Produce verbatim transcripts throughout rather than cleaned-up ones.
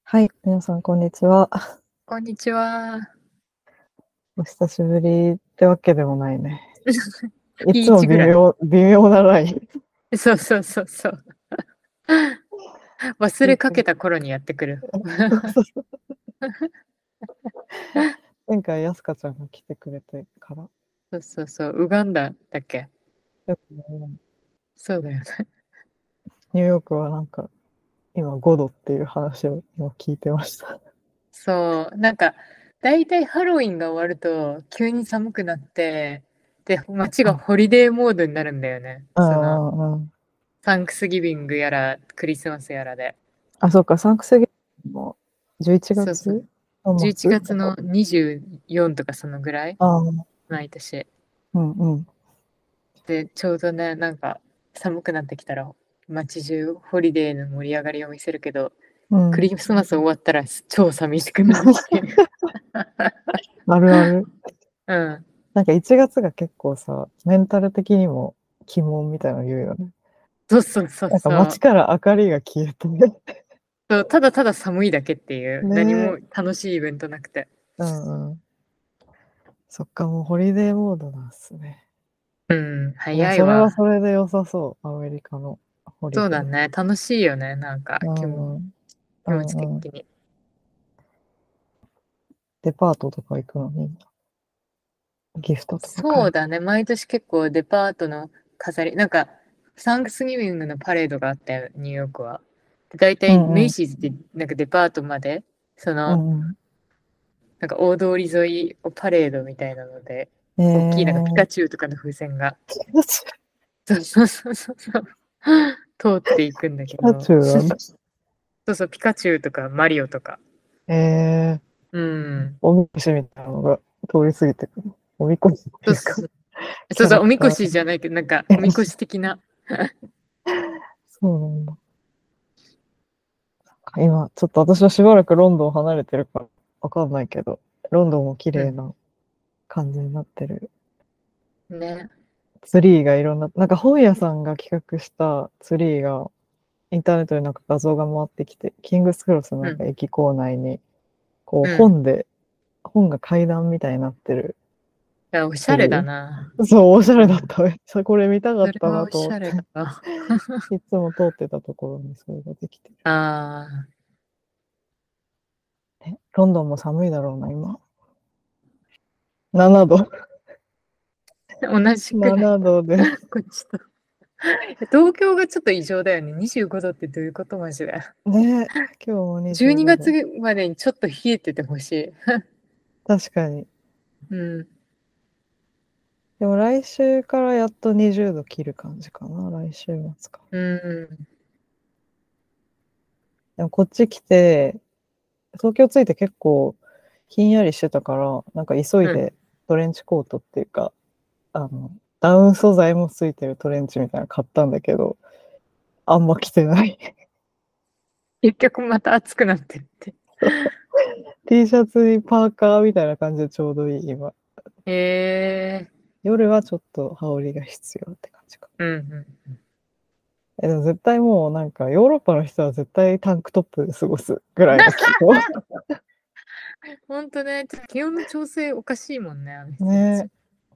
はい、皆さんこんにちは。 こんにちは。 お久しぶりってわけでもないね。いつも日ぐらい。 微妙微妙なライン。 そうそうそうそう。忘れかけた頃にやってくる。 そうそうそう。前回やすかちゃんが来てくれてから。 そうそうそう。ウガンダだっけ？ よくねそうだよね。 ニューヨークはなんか今ごどっていう話を今聞いてました。 そう。なんか、だいたいハロウィンが終わると急に寒くなって、で、街がホリデーモードになるんだよね。 あその、 あ、あサンクスギビングやらクリスマスやらで。 あ、そうか、サンクスギビングも11 そうそう。 月の 11 末月のにじゅうよっかとかそのぐらい、 ああ、 毎年。 うんうん。 で、ちょうどね、なんか寒くなってきたら、街中ホリデーの盛り上がりを見せるけど、 うん。 クリスマス終わったら超寂しくなるっていう。 あるある。 うん。 なんかいちがつが結構さ、メンタル的にも鬼門みたいなの言うよね。 そうそうそうなんかそう。 街から明かりが消えてね。 そうただただ寒いだけっていう、何もねえ。 楽しいイベントなくて。 うんうん。そっか、もうホリデーモードなんすね。 うん、 でもそれは早いわ。 それで良さそう、アメリカのホリデー。 そうだね。楽しいよね。なんかう気も、 んうん。う気持ち的んうん。 に。 デパートとか行くのに、ギフトとか買いに。 そうだね。毎年結構デパートの飾り、なんか、サンクスギビングのパレードがあったよ、ニューヨークは。で大体うんうん。 メイシーズってなんかデパートまで、その、 うんうなんか大通り沿いをパレードみたいなので、 ん。 大きいなんかピえー。 カチュウとかの風船が、そうそうそうそうそう、通っていくんだピカけど、 チュウなんだ。 そうそう、ピカチュウとかマリオとか。 えー。 うん。 おみこしみたいなのが通り過ぎてくる。おみこしっていうか、 そうそう。 キャそうそう、おみこラクター。 しじゃないけど、なんか、おみこし的な。 そうなんだ。今、ちょっと私はしばらくロンドン離れてるからわかんないけど、ロンドンも綺うん。 麗な感じになってる。 ね。 ツリーがいろんな、なんか本屋さんが企画したツリーがインターネットでなんか画像が回ってきて、キングスクロスのうん。 なんか駅構内に、こううん。 本で、本が階段みたいになってるいや、おしゃれだツリな。 ー。そう、おしゃれだっうん。 た。めっちゃこれ見たかっそれたなはおしゃれと思って。 だな。 いつも通ってたところにそれができてる。 あえ、ロンドンも寒いだろうな、今。ななど。 あ、同じくらい。 ななどで。 こっちと。東京がちょっと異常だよね。にじゅうごどってどういうことマジで。 ね、今日も 12 にじゅうごど。 月までにちょっと冷えててほしい。 確かに。 うん。 でも来週からやっとにじゅうど切る感じかな。来週末か。 うん。 でもこっち来て、東京着いて結構ひんやりしてたから、なんか急いうん。 でトレンチコートっていうか、あの、ダウン素材もついてるトレンチみたいなの買ったんだけど、あんま着てない。 結局また暑くなってって。 T シャツにパーカーみたいな感じでちょうどいい、今。 へえ。 夜はちょっと羽織が必要って感じか。 うんうん。 え、でも絶対もうなんかヨーロッパの人は絶対タンクトップで過ごすぐらいの気候。 ほんとね、ちょっと気温の調整おかしいもんね、あの人たね。 ち。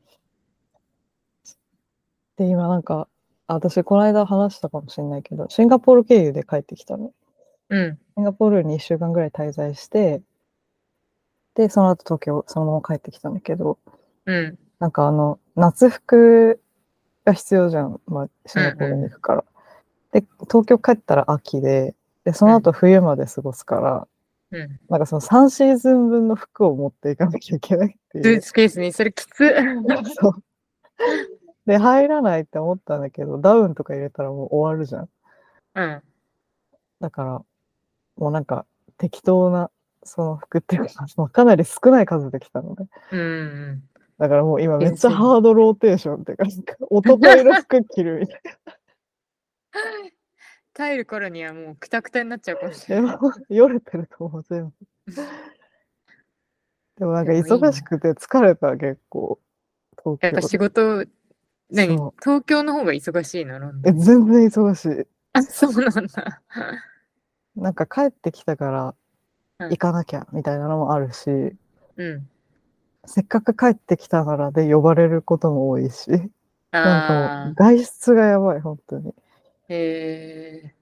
で、今なんか、あ私この間話したかもしれないけど、シンガポール経由で帰ってきたの。 うん。 シンガポールにいっしゅうかんぐらい滞在して、で、その後東京、そのまま帰ってきたんだけど、 うん。 なんかあの、夏服が必要じゃん。まあ、シうんンガポールにう行くから。で、東京帰ったら秋で、で、そん。うん。 の後冬まで過ごすから、 うん。 なんかそのさんシーズン分の服を持っていかなきゃいけないっていう。 スーツケースにそれきつ。 そう。で、入らないって思ったんだけど、ダウンとか入れたらもう終わるじゃん。 うん。 だから、もうなんか適当なその服っていうか、もうかなり少ない数できたので。 うん。 だからもう今めっちゃ厳選。 ハードローテーションっていうか、なんか一昨日の服着るみたい帰る頃にはもうクタクタになっちゃうかもしれな。 ない。 でも、よれてると思う、全部。でもなんかでもいいな。 忙しくて疲れた、結構、東やっぱ仕京で。 事、何そ東京の方が忙しいの、ロンう。え、 ドン。 全然忙しい。 あ、そうなんだ。 なんか帰ってきたから、 うん行かなきゃみたいなのもあるし、 うん。 せっかく帰ってきたならで呼ばれることも多いし、なんかもうああ、 外出がやばい、本当に。 え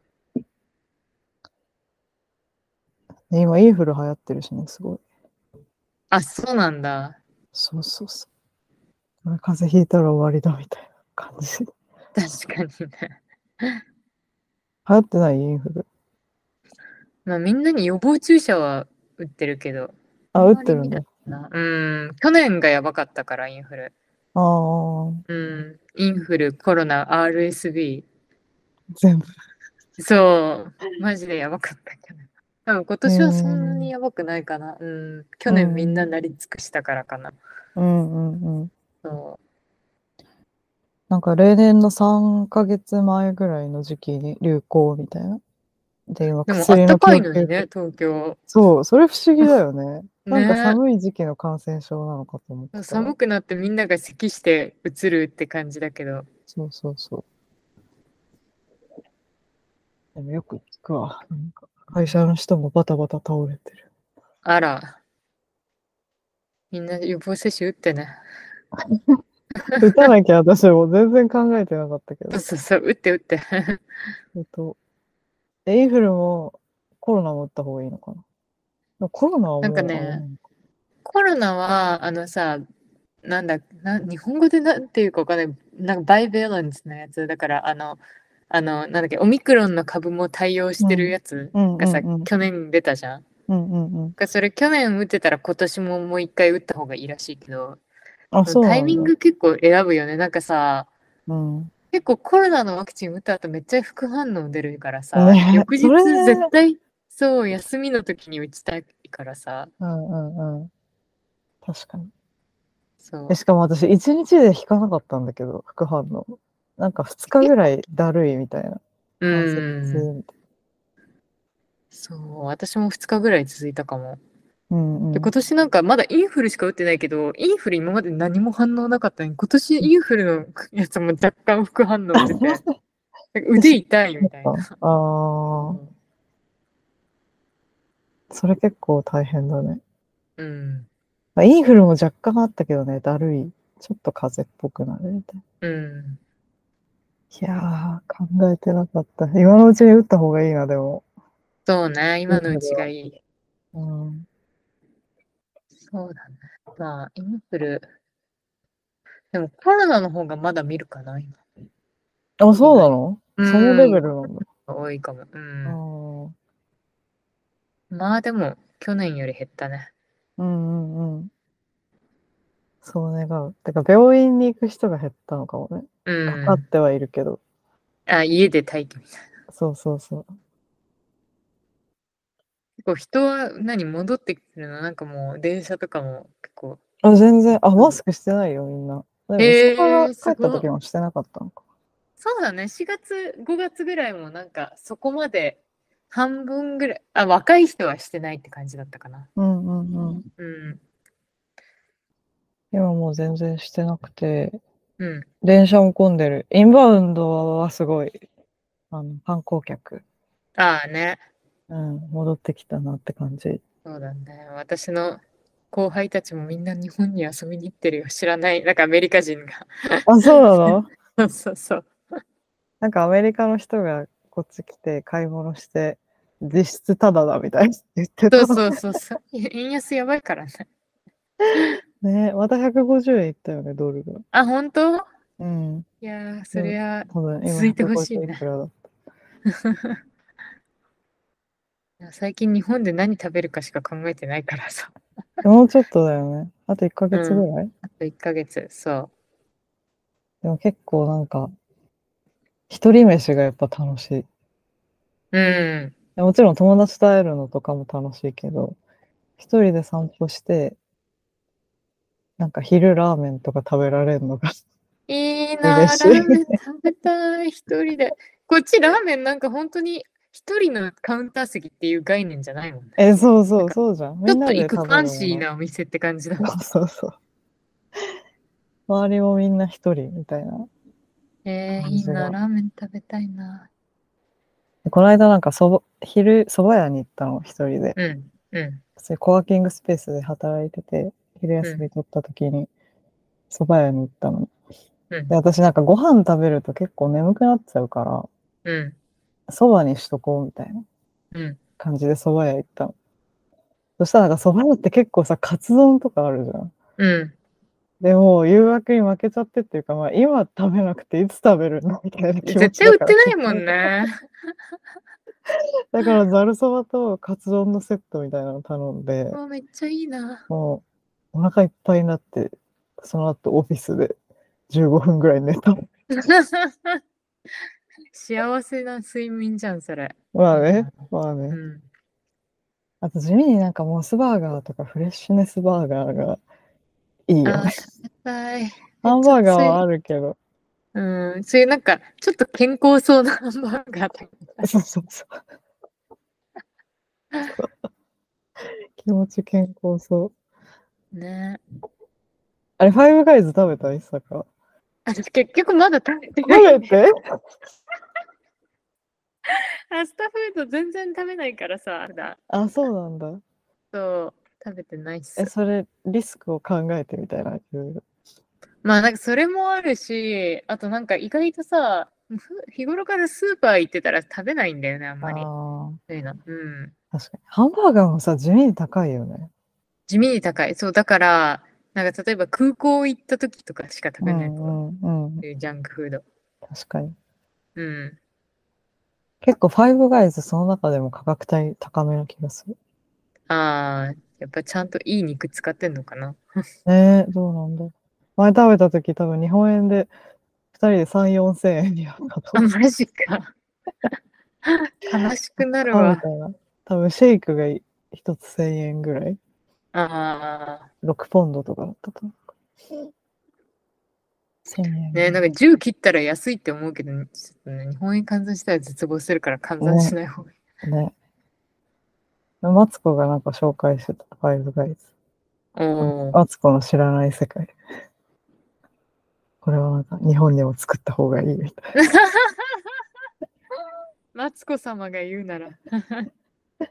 で今、インフル流行ってるしね、すごい。 ー、あ、そうなんだ。 そうそうそう。俺風邪ひいたら終わりだみたいな感じ。流確かにね。 行ってないインフル。 まあみんなに予防注射は打ってるけど、ああ、 ん打っまり見ないてるんだ。 な。うん、去年がやばかったから、インフル。 ああ、 うん、インフル、コロナ、アールエスビー。 全部。 そう、マジでやばかったけど。多分今え年はそんなにー、 やばくないかな。うん、去う年みんなん、 なり尽くしたからかな。 うんうんうん。 そなんか例年のさんかげつまえぐらいの時期に流行みたいな。で、今う。でもあった薬のかいのにね、 供給と。 東京。 そう、それ不思議だよね。なんかね。 寒い時期の感染症なのかと思ってたら。 寒くなってみんなが咳してうつるって感じだけど。 そうそうそう。でもよく聞くわ。なんか会社の人もバタバタ倒れてる。 あら、みんな予防接種打ってね。 打たなきゃ私も全然考えてなかったけど。 そうそうそう、打って打って。 えっと、えインフルもコロナも打った方がいいのかな。でもコロナはなんかもうあれなね、 のか。 コロナは、あのさ、なんだ、な、日本語でなんていうかわかんない。なんかバイベレンスのやつ。だから、あの、あの、なんだっけ、オミクロンの株も対応してるうん。 やつうんうがさ、 んうん。 去年出たじゃん。 うんうんうん。 がそれ去年打ってたら今年ももう一回打った方がいいらしいけど、 あ、 そのタイミンそうなんだ。 グ結構選ぶよね。なんかさ、 うん。 結構コロナのワクチン打った後めっちゃ副反応出るからさ、 ねえ、 翌日それね。 絶対、そう、休みの時に打ちたいからさ、 うんうんうん。確かに。え、 そしかも私、一日で引かなかったんだけど、副反応。なんか二日う。えぐらいだるいみたいな。 う関節痛ーん。 みたいそう、私もふつかぐらい続いたかも。 な。うんで、 うん。 今年なんかまだインフルしか打ってないけど、インフル今まで何も反応なかったのに、今年インフルのやつも若干副反応出て、なんか腕私、 痛いみたいな。 なんかああ、 うん。 それ結構大変だね。 うん。 まあインフルも若干あったけどね、だるい。ちょっと風邪っぽくなるみたいな。 うん。 いやー、考えてなかった。今のうちに打った方がいいな、でも。 そうね、 イン今のうフルは。 ちがいい。 うん。 そうだね。まあ、インフル。でもコロナの方がまだ見るかな、今。 あ、 意外。 そうなのうそのレーん、 ベルなんだ。 多いかも。うあん。 ーまあでも、去年より減ったね。 うんうんうん。そう願う。てか、病院に行く人が減ったのかもね。 うん。 かかってはいるけど。 あ、家で待機みたいな。 そうそうそう。 結構人は何戻ってきてるのなんかもう電車とかも結構。 あ、全然、あ、マスクしてないよ、みんな。でも、大阪へえ、 が帰ったすごい。 時もしてなかったのか。 そうだね。しがつ、ごがつぐらいもなんかそこまで半分ぐらい、あ、若い人はしてないって感じだったかな。 うんうんうん。 うん。 今もう全然してなくて、 うん。 電車も混んでる。インバウンドはすごい、あの、観光客、 ああね。 うん、戻ってきたなって感じ。 そうだね。私の後輩たちもみんな日本に遊びに行ってるよ。知らない。なんかアメリカ人が。 あ、そうなのそうそうそう。 なんかアメリカの人がこっち来て買い物して、実質タダだみたいに言ってた。 そうそうそうそう。円安やばいからね。 ね、またひゃくごじゅうえんいったよね、ドルが。 あ、本当？ うん。 いやー、そでもりゃ、 多分今続いてほしいひゃくごじゅういくね。 らだ。 いや最近日本で何食べるかしか考えてないからさ。 もうちょっとだよね。あといっかげつうん。 ぐらい。 あといっかげつ、そでも結構なんか、一人飯がやっぱ楽しい。 う。うん。 もちろん友達と会えるのとかも楽しいけど、一人で散歩して、なんか昼ラーメンとか食べられるのがいいなー、ラ嬉しい。 ーメン食べたい、一人で。こっちラーメンなんか本当に一人のカウンター席っていう概念じゃないもんね。 え、そうそう、 なんか、 そうじゃん。 ちょっみんなで食と行くファべるもの。 ンシーなお店って感じだもん。 そうそうそう。周りもみんな一人みたいなえー、いいな、 感じが。 ラーメン食べたいな。 この間なんかそば、昼、蕎麦屋に行ったの、一人で。 うん。 うん。 そういうコワーキングスペースで働いてて、昼休み取った時に蕎麦屋に行ったの。 うん。 で、私なんかご飯食べると結構眠くなっちゃうから、 うん。 蕎麦にしとこうみたいなうん。 感じで蕎麦屋行ったの。そしたらなんか蕎麦屋って結構さ、カツ丼とかあるじゃん。 うん。 でも誘惑に負けちゃってっていうか、まあ今食べなくていつ食べるのみたいな気持絶対売っちだからてないもん結局。 ね。 だからざるそばとカツ丼のセットみたいなの頼んで、 もうめっちゃいいな。 もうお腹いっぱいになって、その後オフィスでじゅうごふんぐらい寝た。 幸せな睡眠じゃん、それ。 まあね、 いいな。 まあね。 うん。 あと地味になんかモスバーガーとかフレッシュネスバーガーがいいよああ、 ね。 食べたい。めっハンちゃバーガーはあ熱い。 るけど。 うん。そういうなんか、ちょっと健康そうなハンバーガーとか。 そうそうそう。気持ち健康そう。 ね。 あれ、ファイブガイズ食べたいさか。 私結局まだ食べて食ないんだよ。 べてファストフード全然食べないからさ、まだ。 あ、そうなんだ。 そう、食べてないっえ、 す。 それ、リスクを考えてみたいな。いろいろまあなんかそれもあるし、あとなんか意外とさ、ふ日頃からスーパー行ってたら食べないんだよね、あんあまり。 あ、 そういうの。うん。 確かに。ハンバーガーもさ、地味に高いよね。 地味に高い。そう、だから、なんか例えば空港行った時とかしか食うべないかも。 んうんうん。 そういうジャンクフード。 確かに。 うん。 結構、ファイブガイズその中でも価格帯高めな気がする。 ああ、やっぱちゃんといい肉使ってんのかな。 えー、どうなんだ。前食べた時多分日本円でふたりでさん、よんせんえんになったとあ、 思う。 マジか。悲しくなるわ。 あみたいな。多分シェイクが一つせんえんぐらい。 ああ。 ろくポンドとかだったと思う。せんえんぐね、 らい。 なんかじゅう切ったら安いって思うけど、ちょっとね、日本円換算したら絶望するから換算しね、 ない方がいい。 ね。マツコがなんか紹介してた、ファイブガイズ。 おー。 マツコの知らない世界。これはなんか日本にも作った方がいいみたいマツコ様が言うなら。 な。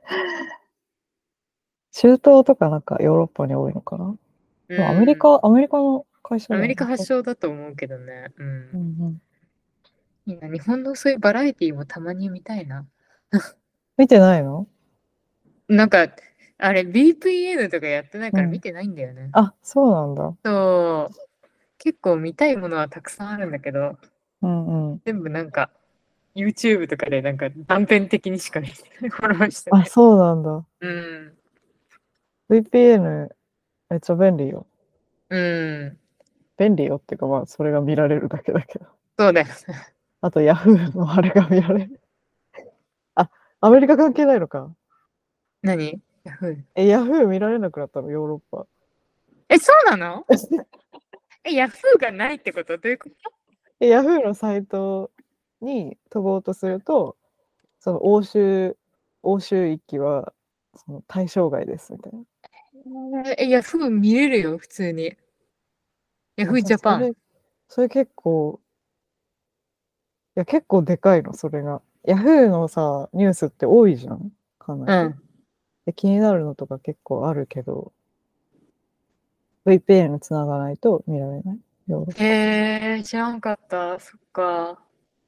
中東とかなんかヨーロッパに多いのかな。 うでもアメリん。 カ、アメリカの会社アだよね。 メリカ発祥だと思うけどね。ううん。 んうん。 いいな、日本のそういうバラエティもたまに見たいな。 見てないの？ なんか、あれ、ビーピーエヌ とかやってないうん。 から見てないんだよね。 あ、そうなんだ。 そう。結構見たいものはたくさんあるんだけど、 うんうん。 全部なんか、YouTube とかでなんか断片的にしか見てない。フォローしてなあ、 い。 そうなんだ。 うん。 ブイピーエヌ めっちゃ便利よ。 うん。 便利よっていうかまあ、それが見られるだけだけど。 そうだよ。 あと Yahoo のあれが見られる。あ、アメリカ関係ないのか。 何？ヤフー。 え、Yahoo 見られなくなったの、ヨーロッパ。 え、そうなの？え、ヤフーがないってこと？どういうこと？ で、Yahoo のサイトに飛ぼうとすると、その欧州、欧州域はその対象外ですみたいな。 え、ヤフー見れるよ、普通に。ヤフあ、 ーじゃあジャパン。 それ、それ結構、いや結構でかいの、それが。Yahoo のさ、ニュースって多いじゃんかなり。 うん。 で、気になるのとか結構あるけど、ブイピーエヌ つながないと見られない。ヨーロッパ。 へえ、知らんかった。そっか。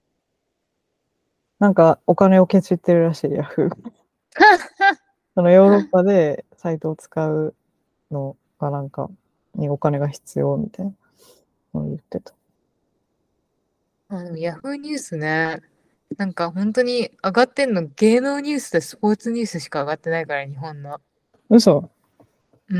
なんかお金をケチってるらしい、Yahoo。そのヨーロッパでサイトを使うのがなんか、にお金が必要みたいなのを言ってた。 あの、ヤフーニュースね。なんか本当に上がってんの芸能ニュースとスポーツニュースしか上がってないから、日本の。 嘘。 うん。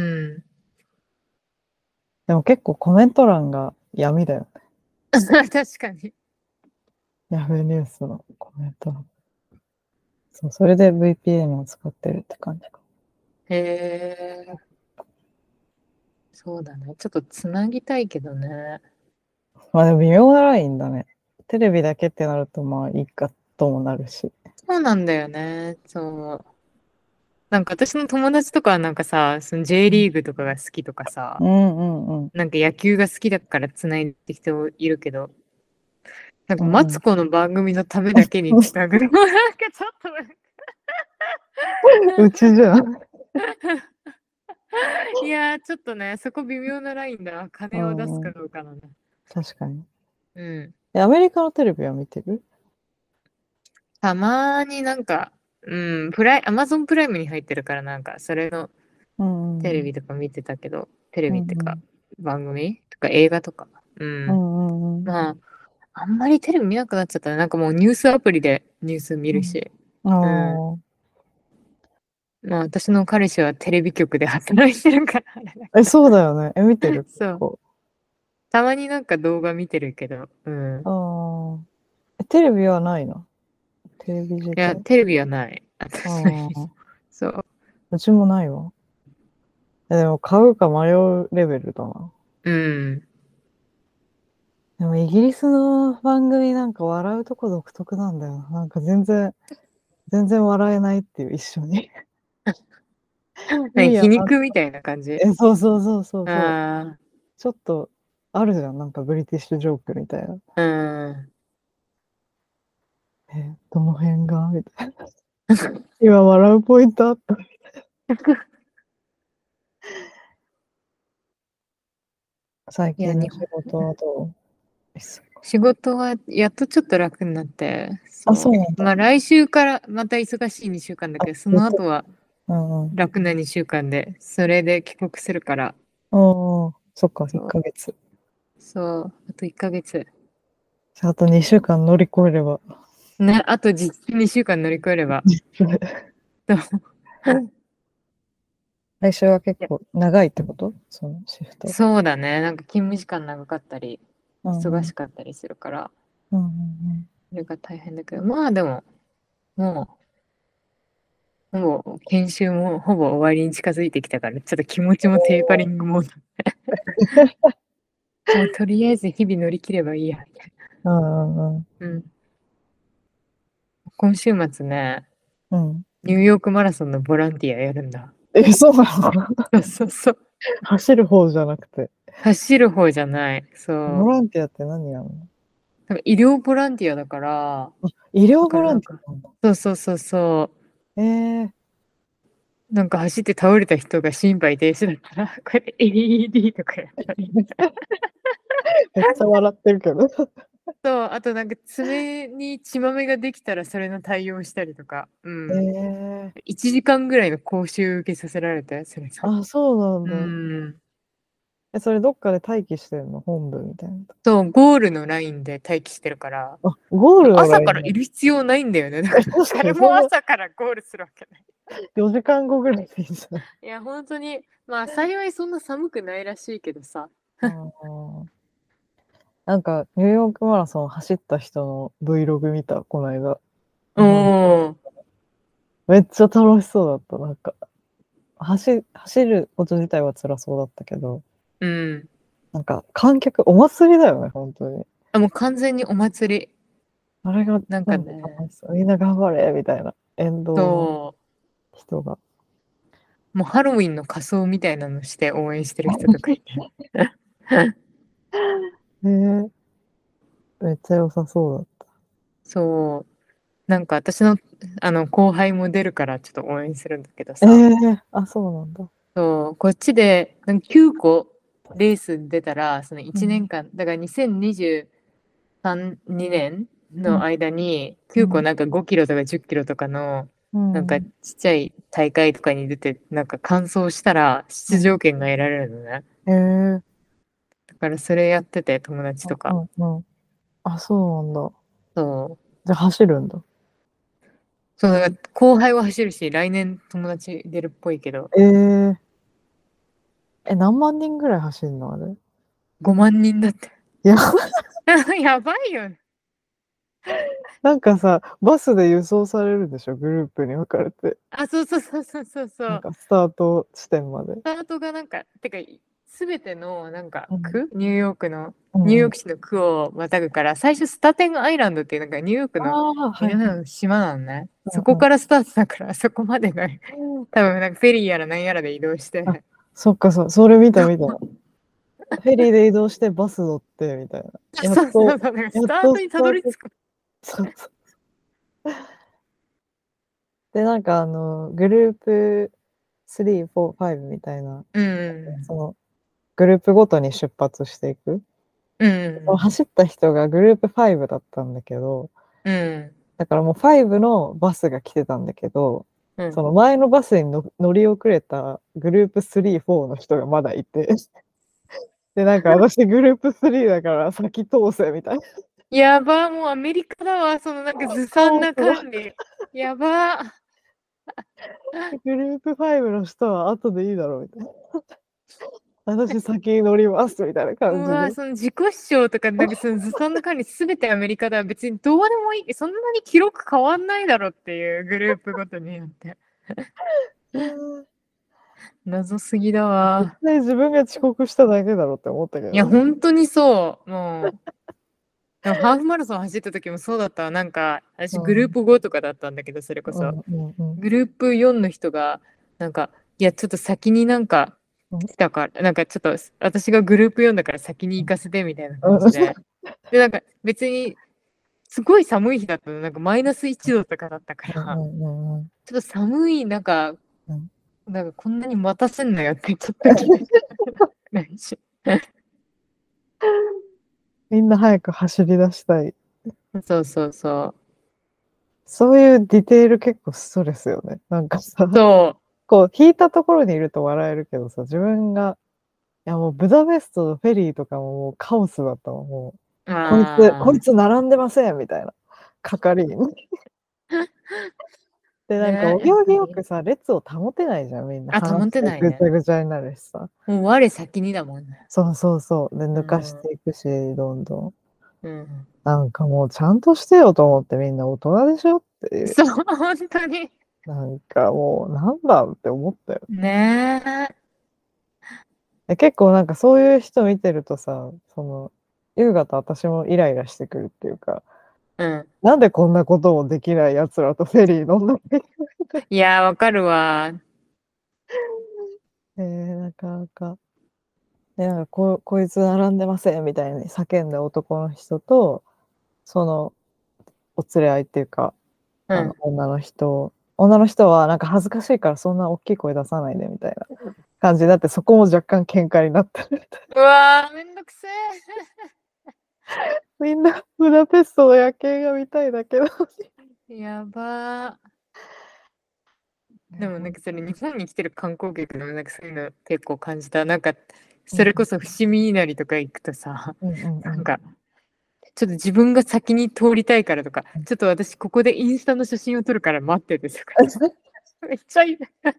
でも結構コメント欄が闇だよね。 確かに。 ヤフーニュースのコメント欄。そう、それで ブイピーエヌ を使ってるって感じか。 へえ、そうだね。ちょっとつなぎたいけどね。 まあでも微妙なラインだね。テレビだけってなるとまあいいかともなるし。 そうなんだよね。そう。なんか私の友達とかはなんかさ、その J リーグとかが好きとかさ、 うんうんうん。 なんか野球が好きだからつないできているけど、なんかうんうん。 マツコの番組のためだけにつなぐのもなんかちょっとなんかうちじゃん。 いやー、ちょっとね、そこ微妙なラインだ。 う金を出すんうん。 かどうかのね。 確かに。 うん。 え、アメリカのテレビは見てる？ たまになんか、うん、プライ、アマゾンプライムに入ってるからなんか、それのうんうん。 テレビとか見てたけど、テレうビってか、 んうん。 番組とか映画とか。ううん。 んうんうん。 まあ、あんまりテレビ見なくなっちゃったね。なんかもうニュースアプリでニュース見うん。 るし。うん。 あまあ私の彼氏はテレビ局で働いてるからあれだあ。え、 けど。 そうだよね。え、見てる結そう。 構。 たまになんか動画見てるけど。うん。 ああ。え、テレビはないの？テレビ自いや、 体。 テレビはない。 あ私の家に。 あ。 そう。 うちもないわ。え、でも買うか迷うレベルだな。 うん。 でもイギリスの番組なんか笑うとこ独特なんだよな。なんか全然、全然笑えないっていう一緒に。意何皮味わかん肉みたいな感じ？ え、そうそうそうそうそう。 あちょっとあるじゃん。なんかブリティッシュジョークみたいな。 あ、うん。 え、どの辺がみたいな。今笑うポイントあった。最いや、 近の仕日本、 事はどうですか？ 仕事はやっとちょっと楽になって、 あ、 そう。 そうなんだ。 まあ来週からまた忙しいにしゅうかんだあ、 けど、そ言っての後はた。うんうん。 楽なにしゅうかんで、それで帰国するから、 ああ、そっか、1 そう、 ヶ月。 そう、あといっかげつ。 じゃあ、あとにしゅうかん乗り越えれば。 ね、あと実質にしゅうかん乗り越えれば。そう来週は結いや構長いってこと？そのシフト。 そうだね。なんか勤務時間長かったり、 うんうん。 忙しかったりするから、 うんうんそれが大変だけど、まあでも、もう、ほぼ、研修もほぼ終わりに近づいてきたから、ちょっと気持ちもテーパリングモード。もうとりあえず日々乗り切ればいいや、みたいうん。うんうんな。うん。今週末ね、 うん。うん。 ニューヨークマラソンのボランティアやるんだ。 え、そうなの？ そうそうそう。 走る方じゃなくて。 走る方じゃない。そう。 ボランティアって何やるの？ なんか医療ボランティアだから、 あ、医だ療ボランからなんか、 ティアなんだ。 そうそうそうそう。 えー、 なんか走って倒れた人が心肺停止だったら、こうやって エーイーディー とかやったり。 めっちゃ笑ってるけど。 そう、あとなんか爪に血まめができたらそれの対応したりとか。うえん。 ー、 いちじかんぐらいの講習受けさせられて、それと。 あ、そううなんだ。 ん。 え、それどっかで待機してるの？本部みたいな。 そう、ゴールのラインで待機してるから、 あ、ゴールのラ朝インなの？ からいる必要ないんだよね。だえ、 から確か誰もにそんな朝からゴールするわけない。 よじかんごぐらいでいいじゃん。 いや、本当に、まあ幸いそんな寒くないらしいけどさ。 あー、なんか、ニューヨークマラソン走った人の Vlog 見た、この間。 おなんかー、 めっちゃ楽しそうだった。なんか、走、走ること自体は辛そうだったけど、 うん。 なんか、観客、お祭りだよね、本当に。 あ、もう完全にお祭り。 あれが、 なんなんかかね、 楽しそう。みんな頑張れみたいな。沿道のそ人が。 う、もうハロウィンの仮装みたいなのして応援してる人とかいて。 えー、めっちゃ良さそうだった。 そう、なんか私の、あの後輩も出るからちょっと応援するんだけどえさ。 ー、あ、そうなんだ。 そう、こっちでなんかきゅうこレースに出たら、その1 うん、 年間、だからにせんにじゅうさん、にねんうん、 の間にきゅうこうん、 なんかごキロとかじゅっキロとかのうなんかちん、 っちゃい大会とかに出てなんか完走したら出場権が得られるのね。 うん。えー、 だからそれやってて友達とか。 うん、うん。あ、そうなんだ。 そう。 じゃあ走るんだ。 そう、だから後輩は走るし、来年友達出るっぽいけど、 えー、え、何万人ぐらい走るのあれ？ ごまん人だって。 いや、 やばいよね。 なんかさ、バスで輸送されるでしょ、グループに分かれて。 あ、そうそうそうそうそうそう。 なんかスタート地点まで。 スタートがなんか、てか、すべてのなんかうん。 区ニューヨークの、ニューうんうん。 ヨーク市の区をまたぐから、最初スタテンアイランドっていうなんかニューヨークあのあ、はいはい。 みんなの島なのね。そこうんうん。 からスタートだから、そこまでが多分なんかフェリーやらなんやらで移動しあ、 て、 そっか、そ、それ見た見た。 そうフェリーで移動してバス乗ってみたいな。やっそうそうそう、 と、 だからやっスタートにたとスタート。 どり着く。 そうそう。で、なんかあの、グループスリー、フォー、ファイブみたいな、 うんそのグループごとに出発していく。 うんその走った人がグループファイブだったんだけど、 うんだからもうファイブのバスが来てたんだけど、 うんその前のバスにの乗り遅れたグループスリー、フォーの人がまだいて、で、なんか私グループスリーだから先通せみたいな。 やば、もうアメリカだわ、そのなんかずさんな管理。やば。 グループファイブの人は後でいいだろうみたいな。私先に乗りますみたいなう感じわ、 で。 その自己主張とか、なんかそのずさんな管理すべてアメリカだ。別にどうでもいい。そんなに記録変わんないだろっていうグループごとによって。謎すぎだわ。 絶対自分が遅刻しただけだろって思ったけど。 いや、本当にそう。もう。でもハーフマラソン走った時もそうだったわ。なんか、私グループごとかだったんだけど、それこそ。 うんうんうんグループよんの人が、なんか、いや、ちょっと先になんか、来たから、なんかちょっと、私がグループよんだから先に行かせてみたいな感じで。で、なんか別に、すごい寒い日だったの。なんかマイナスいちどとかだったから、 うんうんうんちょっと寒い、なんか、 うんなんかこんなに待たせんなよってちょっと気がないし。 みんな早く走り出したい。 そうそうそう。 そういうディテール結構ストレスよね。なんかさ、 そこう引いたところにいると笑えるけどさ、自分が、いやもうブダペストのフェリーとかももうカオスだったもん。もう。 うこいつ、 あこいつ並んでませんみたいな。係員。で、なんかね、 お行儀よくさ、列を保てないじゃん、みんな。 あ、保てないね話ぐちゃぐちゃになるしさ。 もう我先にだもんね。 そうそうそう。で、抜かしていくし、どんどん。 うん。 なんかもうちゃんとしてよと思ってみんな大人でしょっていう。 そう、本当に。 なんかもうなんだって思ったよ。 ねえ。 え結構なんかそういう人見てるとさ、その、優雅と私もイライラしてくるっていうか、 うん。 なんでこんなこともできない奴らとフェリー乗んなきゃいけない。 いやー、わかるわ。 えー、なかなか。で、なんかこ、こいつ並んでませんみたいに叫んだ男の人と、その、お連れ合いっていうか、あの、 うん。 女の人、女の人はなんか恥ずかしいからそんな大きい声出さないでみたいな感じになって、そこも若干喧嘩になってるみたい。 うわー、めんどくせみんなブダペストの夜景が見たいだけど。 え。やばー。でもなんかそれ日本に来てる観光客でもなんかそういうの結構感じた。なんかそれこそ伏見稲荷とか行くとさ、 うんうんうん、 なんかちょっと自分が先に通りたいからとか、ちょっと私ここでインスタの写真を撮るから待っててとか、めっちゃいい。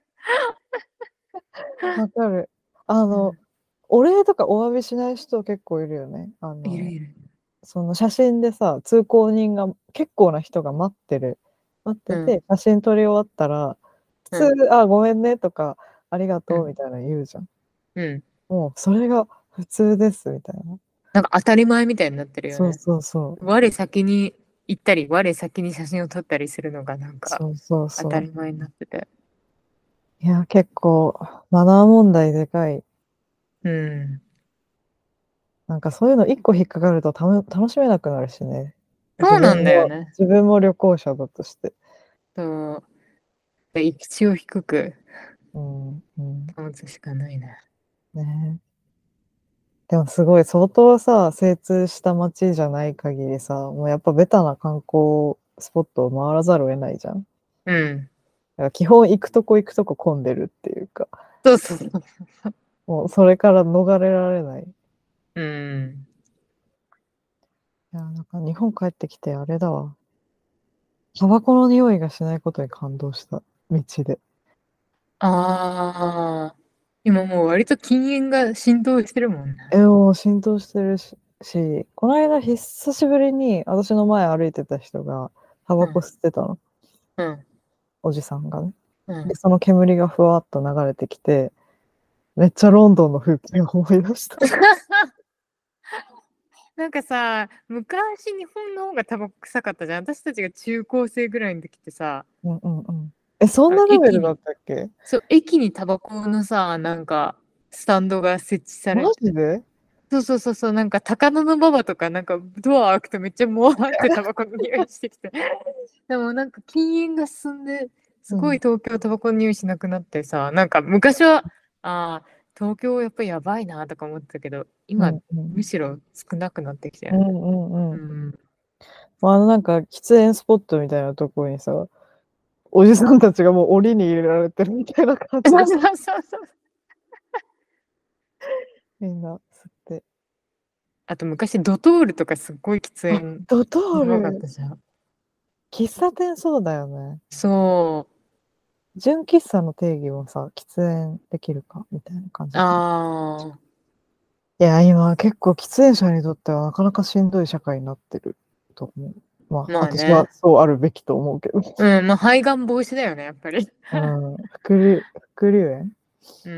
わかる。あの、お礼とかお詫びしない人結構いるよね。あの、 いるいる。 その写真でさ、通行人が、結構な人が待ってる。待ってて、 うん写真撮り終わったら、普通、 うあ、ごめんねとか、ありがとううんみたいなの言うじゃん。 うん。 もう、それが普通ですみたいな。 なんか当たり前みたいになってるよそうね。 そうそう。 我先に行ったり、我先に写真を撮ったりするのがなんかそうそう当そう。 たり前になってて。 いや、結構、マナー問題でかい。 うん。 なんかそういうの一個引っかかるとたの楽しめなくなるしね。自そうなんだよ分も、 ね。 自分も旅行者だとして。 そう。で一を低くうんうん保つしかないね。 ね。でもすごい相当さ、精通した街じゃない限りさ、もうやっぱベタな観光スポットを回らざるを得ないじゃん。 うん。 だから基本行くとこ行くとこ混んでるっていうか、 そうそうそう。 もうそれから逃れられない。いうん。 や、なんか日本帰ってきてあれだわ。タバコの匂いがしないことに感動した。道で。 ああ。今もう割と禁煙が浸透してるもんね。 え、もう浸透してるし、しこの間久しぶりに私の前歩いてた人がタバコ吸ってたの。 うん。 おじさんがね。 うんで、その煙がふわっと流れてきて、めっちゃロンドンの風景を思い出した。 なんかさ、昔日本の方がタバコ臭かったじゃん。私たちが中高生ぐらいの時ってさ、 うんうんうん。え、そんなレベルだったっけ？ そう、駅にタバコのさ、なんか、スタンドが設置されマて、 ジで？ そうそうそうそう、なんか高田馬場とか、なんかドア開くとめっちゃもわってタバコの匂いしてきて。でもなんか禁煙が進んですごい東京タバコの匂いしなくなってさ、なんか昔は、ああ、東京やっぱりやばいなとか思ってたけど、今、 うんうんむしろ少なくなってきたよね。 うんうんううん。 ん。 あのなんか喫煙スポットみたいなところにさ、おじさんたちがもう檻に入れられてるみたいな感じでそうそうそうそう。 みんな吸って。 あと昔ドトールとかすっごい喫あ、 煙ドトーやばかっル。 たじゃん。 喫茶店そうだよね。 そう。 純喫茶の定義もさ、喫煙できるかみたいな感じか。 ああ。 いや、今結構喫煙者にとってはなかなかしんどい社会になってると思う。まあ、 まあ私はね。 そうあるべきと思うけど。 うん、まあ肺がん防止だよね、やっぱり。 うん。副流、副流炎うん。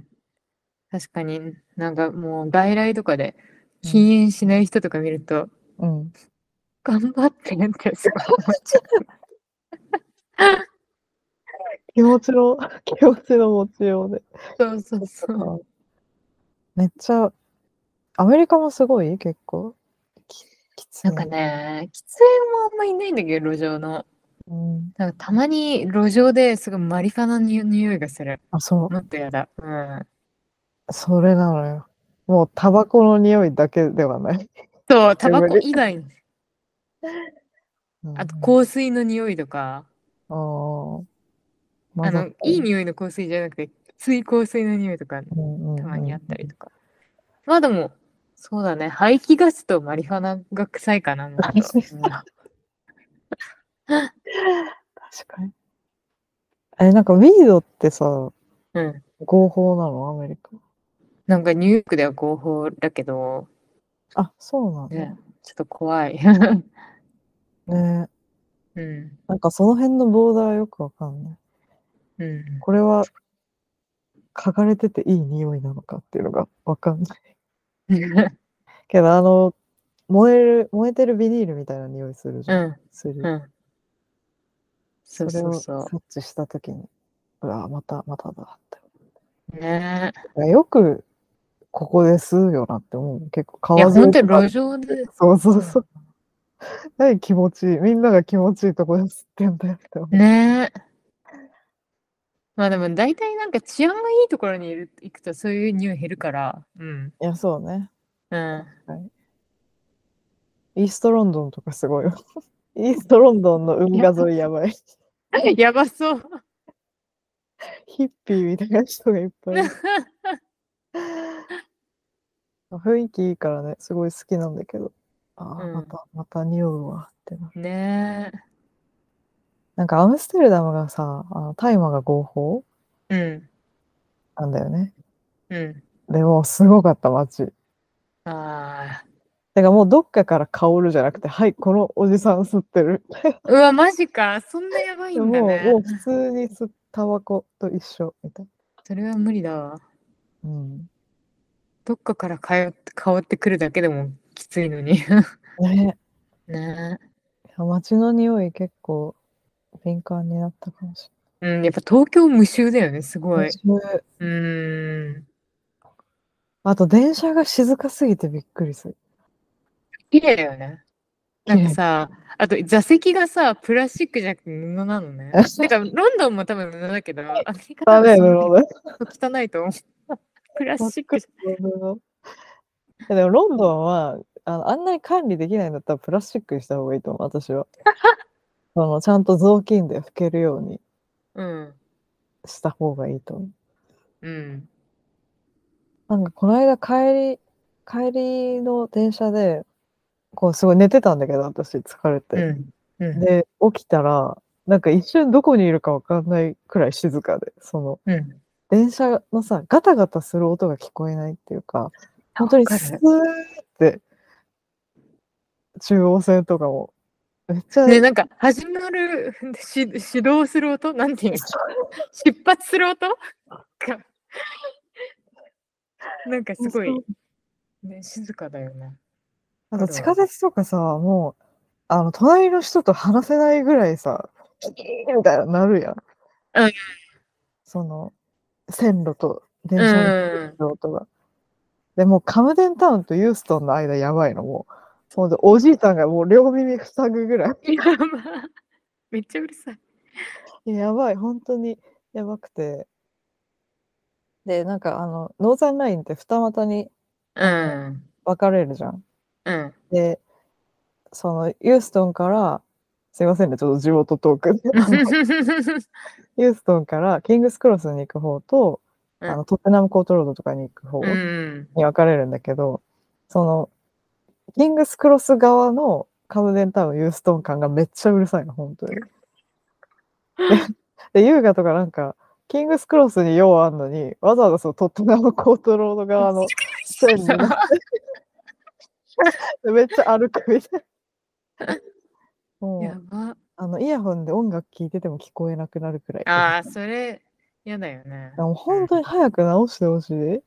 確かになんかもう外来とかでうん。 禁煙しない人とか見ると、 うん。 頑張ってねってすごい思っちゃう。 気持ちの、気持ちの持ちようで。 そうそうそう。 めっちゃ、アメリカもすごい結構、き喫なんか煙。 ね、喫煙もあんまいないんだけど、路上の。 うん。 なんかたまに路上ですごいマリファナの匂いがする。 あ、そもっとやだ。うん。 う。それなのよ。もうタバコの匂いだけではない。 そう、タバコ煙。 以外に。 うあとん。 香水の匂いとか、 ああ、混あの、 ざったり。 いい匂いの香水じゃなくて、きつい香水の匂いとか、 うんうんうんたまにあったりとか。まあでも、そうだね。排気ガスとマリファナが臭いかな、もっと。うん、 確かに。え、なんかウィードってさ、 うん。 合法なのアメリカ？ なんかニューヨークでは合法だけど、 あ、そうなんだ。 ね、ちょっと怖い。 ね。 うん。 なんかその辺のボーダーよくわかんない。 うん。 これは嗅がれてていい匂いなのかっていうのがわかんない。けど、あの、燃える、燃えてるビニールみたいな匂いするじゃん。 うん。 する。 うん。そうそれをそうそ察知したときに、うわ、また、まただっう。ねて。よくここで吸うよなって思う。結構え。いや、 川本当に沿いとかで。 路上で、 そうそうん。 うそう。何気持ちいい。みんなが気持ちいいとこで吸ってんだよって思う。 ねえ。まあでも大体なんか治安がいいところにいる行くとそういう匂い減るから、うん。 いや、そうね。 うん。 はい。イーストロンドンとかすごいよ。イーストロンドンの運や河沿いやばい。 やばそう。 ヒッピーみたいな人がいっぱいいる。雰囲気いいからね、すごい好きなんだけど。ああ、まうん。 た、また匂うわってなる。 ねえ。 なんかアムステルダムがさ、あの大麻が合法うん。 なんだよね。 うん。 でも、すごかった街。 ああ。 てかもうどっかから香るじゃなくて、はい、このおじさん吸ってる。 うわ、マジか。そんなやばいでもう、 んだね。 もう普通に吸タバコと一緒みたいそれは無理だわ。 な。うん。 どっかから通って香ってくるだけでもきついのに。 ね。 ね街の匂い結構敏感になったかもしえ。うん、やっぱ東京無臭だよね、すれない。 ごい。 私うーん。 あと電車が静かすぎてびっくりする。 綺麗だよね。な綺麗。 んかさ、あと座席がさ、プラスチックじゃなくて布なのね。てか、ロンドンも多分布だけど、アメリカ多だね、 分そんなに布で。 汚いと思う。プラ真っスチックじ黒の布。えでもロンドンはあの、あんなに管理できないんだったらプラスチックにした方がいいと思う、私は。そのちゃんと雑巾で拭けるようにゃん。うん。 した方がいいと思う。 うん。 なんかこの間帰り、帰りの電車で、こうすごい寝てたんだけど、私疲れて。 うん。うん。 で、起きたら、なんか一瞬どこにいるかわかんないくらい静かで、その、 うん。 電車のさ、ガタガタする音が聞こえないっていうか、本当にスーわかる。 って中央線とかも、めっちゃ、 ね、なんか始まる、し始動する音なんていうの出発する音がなんかすごい、ね、静かだよね。 あと地下鉄とかさ、もう、あの、隣の人と話せないぐらいさ、キーみたいななるやん。 うん。 その、線路と電車のうん。 音が。でもうカムデンタウンとユーストンの間やばいの、もう。ほんと、おじいさんがもう両耳塞ぐぐらい。 やば。めっちゃうるさい。 いや、やばい、本当にやばくて。で、なんかあの、ノーザンラインって二股にうん。 分かれるじゃん。 うん。 で、その、ユーストンから、すいませんね、ちょっと地元トーク。あの、ユーストンからキングスクロスに行く方と、あの、トッテナムコートロードとかに行くう方ん。 に分かれるんだけど、その、キングスクロス側のカムデンタウン、ユーストン間がめっちゃうるさいの、本当に。で、で優雅とかなんか、キングスクロスに用あんのに、わざわざそのトッテナムコートロード側の線になって、めっちゃ歩くみたいな。もう、 やば。 あの、イヤホンで音楽聴いてても聞こえなくなるくらい。 ああ、それ、嫌だよね。 もう本当に早く直してほしい。 うん。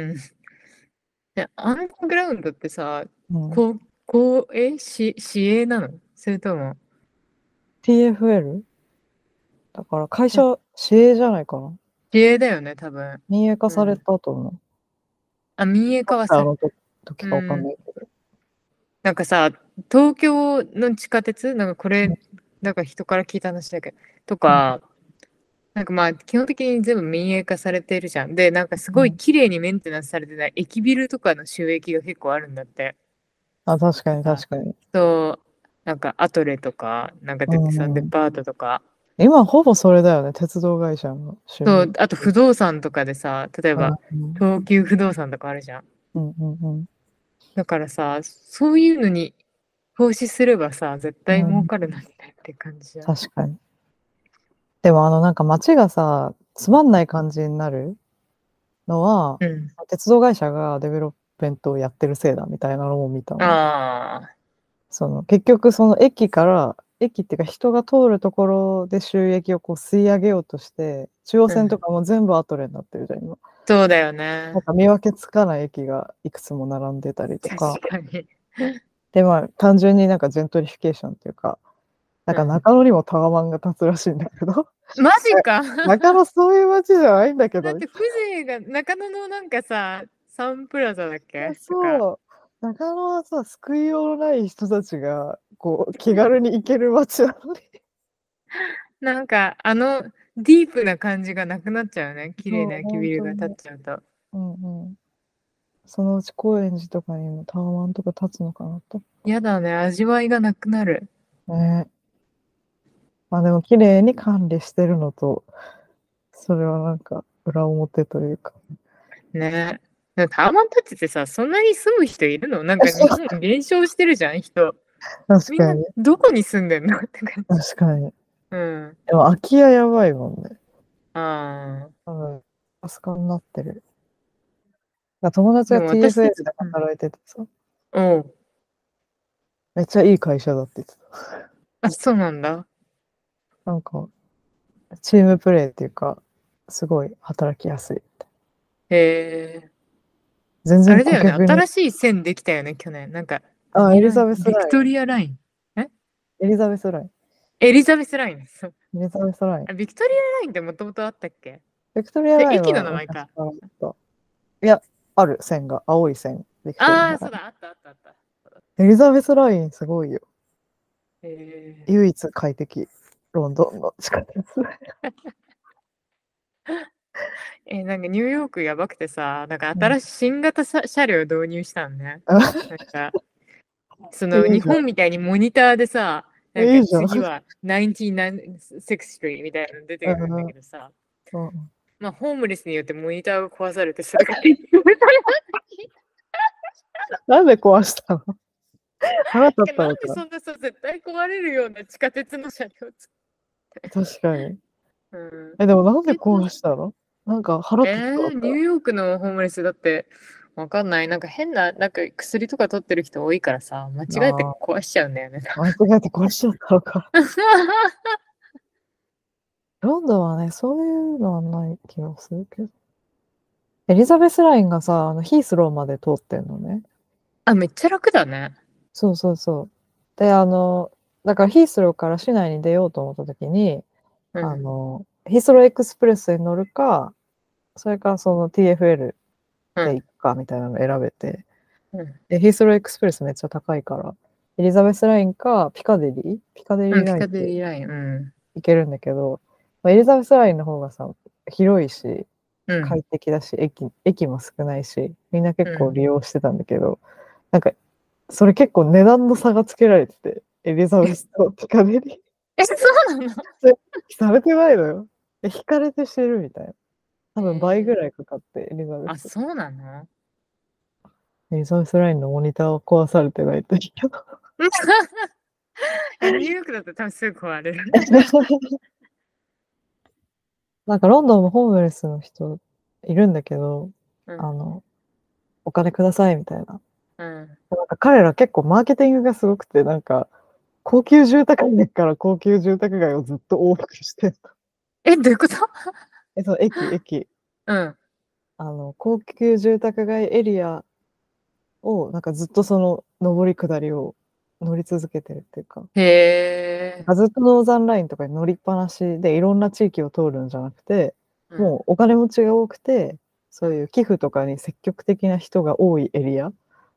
で、アンダーグラウンドってさ、 うん、 こう、こう、え、し、市営なのそれとも、 ティーエフエル? だから会え社、市営じゃないかな。 市営だよね、多分。 民営化されうん。 たと思う。 あ、民営化はさ、 あの時かわかんうん。 ないけど。 なんかさ、東京の地下鉄、なんかこうんれ、なんか人から聞いた話だけど、とか、なんかまあ、基本的に全部民営化されてるじゃん。で、なんかすごいうん、 綺麗にメンテナンスされてない駅ビルとかの収益が結構あるんだって。 あ、確かにあ確かに。 そう、なんかアトレとか、なんかう出てさ、 んうん、 デパートとか、 今ほぼそれだよね、鉄道会社の収そう、 入。 あと不動産とかでさ、例えうんば東急不動産とかあるじゃん。 うんうんうんだからさ、そういうのに投資すればさ、絶対うん、 儲かるのにねって感じじゃん。 確かに。でもあのなんか街がさ、つまんない感じになるのは、 うん。 鉄道会社がデベロップメントをやってるせいだみたいなのを見たの。 ああ、 その結局その駅から駅っていうか人が通るところで収益をこう吸い上げようとして中央うん。 線とかも全部アトレになってるじゃん今。 そうだよね。 なんか見分けつかない駅がいくつも並んでたりとか確かに。 でまあ単純になんかジェントリフィケーションっていうかなんかうん。 中野にもタワマンが建つらしいんだけどマジか。 中野そういう街じゃないんだけど。 だって風情が中野のなんかさ、サンプラザだっいやけとか、 そう中野はさ救いようのない人たちがこう気軽に行ける街なのに。 なんかあのディープな感じがなくなっちゃうね。綺麗なそう駅ビルが建っ本当に。 ちゃうと。 うんうん。そのうち高円寺とかにもタワマンとか建つのかなと。 やだね、味わいがなくなる。 ね。まあでも綺麗に管理してるのと、それはなんか裏表というか。 ね。なんかタワマン建ててさ、そんなに住む人いるのなんか日本減少してるじゃん、人。みんな確かに、 どこに住んでんのって感じ。 確かに。 うん。 でも空き家やばいもんね。 ああ。 多分、アスカになってる。だから友達がでも私たティーエフエルち、 でうん。 働いててさ、 おう。 めっちゃいい会社だって言ってあ、そうなんだ。 た。なんか、チームプレーっていうか、すごい働きやすい。 へえ。 全然あれだよね。 顧客に、 新しい線できたよね、去年。なんか、 あ、エ何ラインリザベスビクトライン。 リアライン。えエリザベスライン。 エリザベスライン。そう。 エリザベスライン。 あ、ビクトリアラインってもともとあったっけビクトリアで、駅のラインは名前か。 昔からあった。いや、ある線が、青い線、ビクトリああ、 アライそうだ、あったあったあった。 ン。エリザベスラインすごいよ。 へえ。 唯一快適。ロンドンの地下鉄。 えーなんかニューヨークやばくてさ、なんかうん、 新しい新型さ車両導入したのね。 あ、 なんか、その日いいじゃん。 本みたいにモニターでさ、なんかいいじゃん。 次はきゅうじゅうろくストリートみたいなの出てくるんだけどさ、 うんうん、 まあホームレスによってモニターが壊されてさ、 なんで壊したの？腹立ったなんでのか。 そんなさ、絶対壊れるような地下鉄の車両つ確かに。 うん。 え、でもなんで結構壊したの？なんか腹え立ったのー、ニューか。 ヨークのホームレスだってわかんない。なんか変な、なんか薬とか取ってる人多いからさ、間違えてああ、 壊しちゃうんだよね。 間違えて壊しちゃったのか。ロンドンはね、そういうのはない気がするけど。エリザベスラインがさ、あのヒースローまで通ってんのね。 あ、めっちゃ楽だね。 そうそうそう。で、あの、だからヒースローから市内に出ようと思った時に、あうん。 の、ヒースローエクスプレスに乗るか、それからその ティーエフエルうん。 で行くかみたいなの選べて、 うん。 で、ヒースローエクスプレスめっちゃ高いから、エリザベスラインかピカデリーピカデうん、 リーラインってピカデリーライン。うん。 行けるんだけど、まあ、エリザベスラインの方がさ、広いし、 うん。 快適だし、駅、駅も少ないし、みんな結構うん。 利用してたんだけど、なんか、それ結構値段の差がつけられてて、エリザベスとピカデリー。 え、そうなの？ されてないのよ。え、引かれてしてるみたいな。多分倍ぐへえ。 らいかかって、エリザベあ、 ス。 そうなの？ エリザベスラインのモニターは壊されてないといいけど。 え、ニューヨークだと多分すぐ壊れる。 なんかロンドンもホームレスの人いるんだけど、 うん。 あの、お金くださいみたいな。 うん。 なんか彼ら結構マーケティングがすごくて、なんか、高級住宅街から高級住宅街をずっと往復してた。 え、どういうこと？ え、そう、駅、駅。 うん。 あの、高級住宅街エリアを、なんかずっとその上り下りを乗り続けてるっていうか、 へえ。 ずっとノーザンラインとかに乗りっぱなしでいろんな地域を通るんじゃなくて、 うん。 もうお金持ちが多くて、そういう寄付とかに積極的な人が多いエリア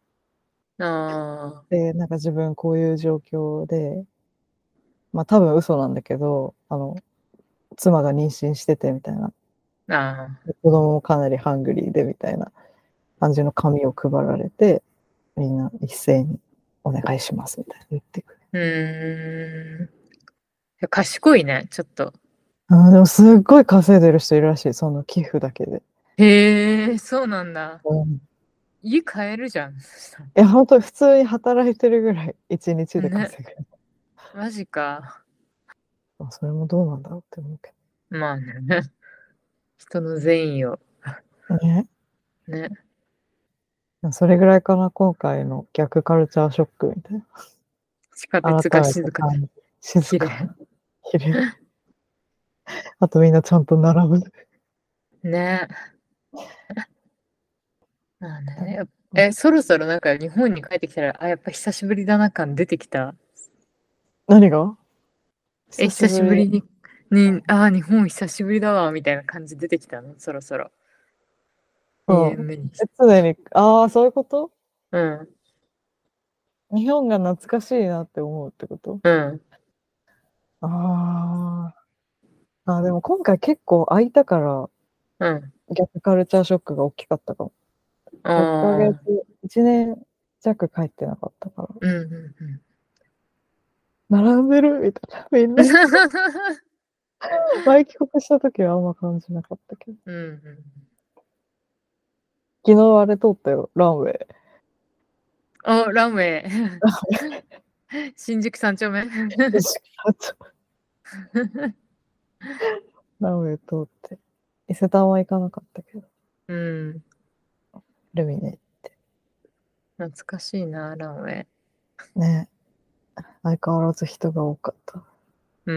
あで、なんか自分こういう状況で、まあ多分嘘なんだけど、あの、妻が妊娠しててみたいな、 あ。ああ。 子供もかなりハングリーでみたいな感じの紙を配られて、みんな一斉にお願いしますみたいな言ってくる。 うーん。いや賢いね、ちょっと。 あーでもすっごい稼いでる人いるらしい、その寄付だけで。 へえ、そうなんだ。 うん、 家買えるじゃん、そしたいや、本当に普通に働いてるぐらい一日でら。ね、 稼ぐ。 マジか。 まあ、それもどうなんだろうって思うけまあね。人の善意を。 ど。ね。 ね。 それぐらいかな、今回の逆カルチャーショックみたい地下な。 鉄が改めて静かで。 感じ。静綺麗。 か。綺麗。あとみんなちゃんと並ぶ。 ね。まあね。やっえ、そろそろなんか日本に帰ってきたら、あ、やっぱ久しぶりだな感出てきた。 何がえ、 久し久しぶり。 ぶりに、に、あ、日本久しぶりだわ、みたいな感じ出てきたの、そろそろ。2 うん。 年目にしえ、 て。 常に、ああ、そういうこと？ うん。 日本が懐かしいなって思うってこと？ うん。 ああ。あ、でも今回結構空いたからうん。 逆カルチャーショックが大きかったかも。 あろっかげつ、 あ。 いちねん弱帰ってなかったから。 うんうんうん。 並んでるみたいな。みんな。前帰国した時はあんま感じなかったけど。 うんうん。 昨日あれ通ったよ、ランウェイ。 お、ランウェイ。新宿三丁目。 ランウェイ通って。伊勢丹は行かなかったけど。 うん。 ルミネ行って。 懐かしいな、ランウェイ。 ね。相変わらず人が多かった。 うん。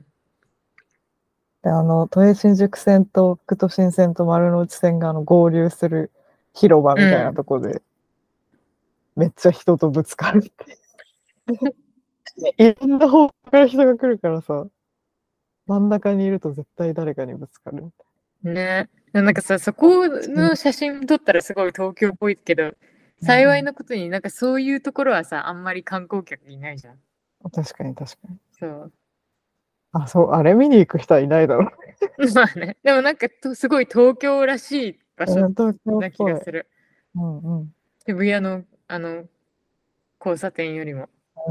で、あの、都営新宿線と副都心線と丸の内線があの合流する広場うみたいなとん。 こで、めっちゃ人とぶつかるって。いろんな方から人が来るからさ、真ん中にいると絶対誰かにぶつかるみたね。なんかさ、そこいな。 の写真撮ったらすごい東京っぽいけど、幸いうんなことになんかそういうところはさ、あんまり観光客いないじゃん。 うん、確かに確かに。 そう。 あ、そう、あれ見に行く人はいないだろまあね。でもなんかとすごい東京らしい場う。 所うん、東京っな気ぽい。 がする。 うんうん。 渋谷のあの交差点よりも。 うん。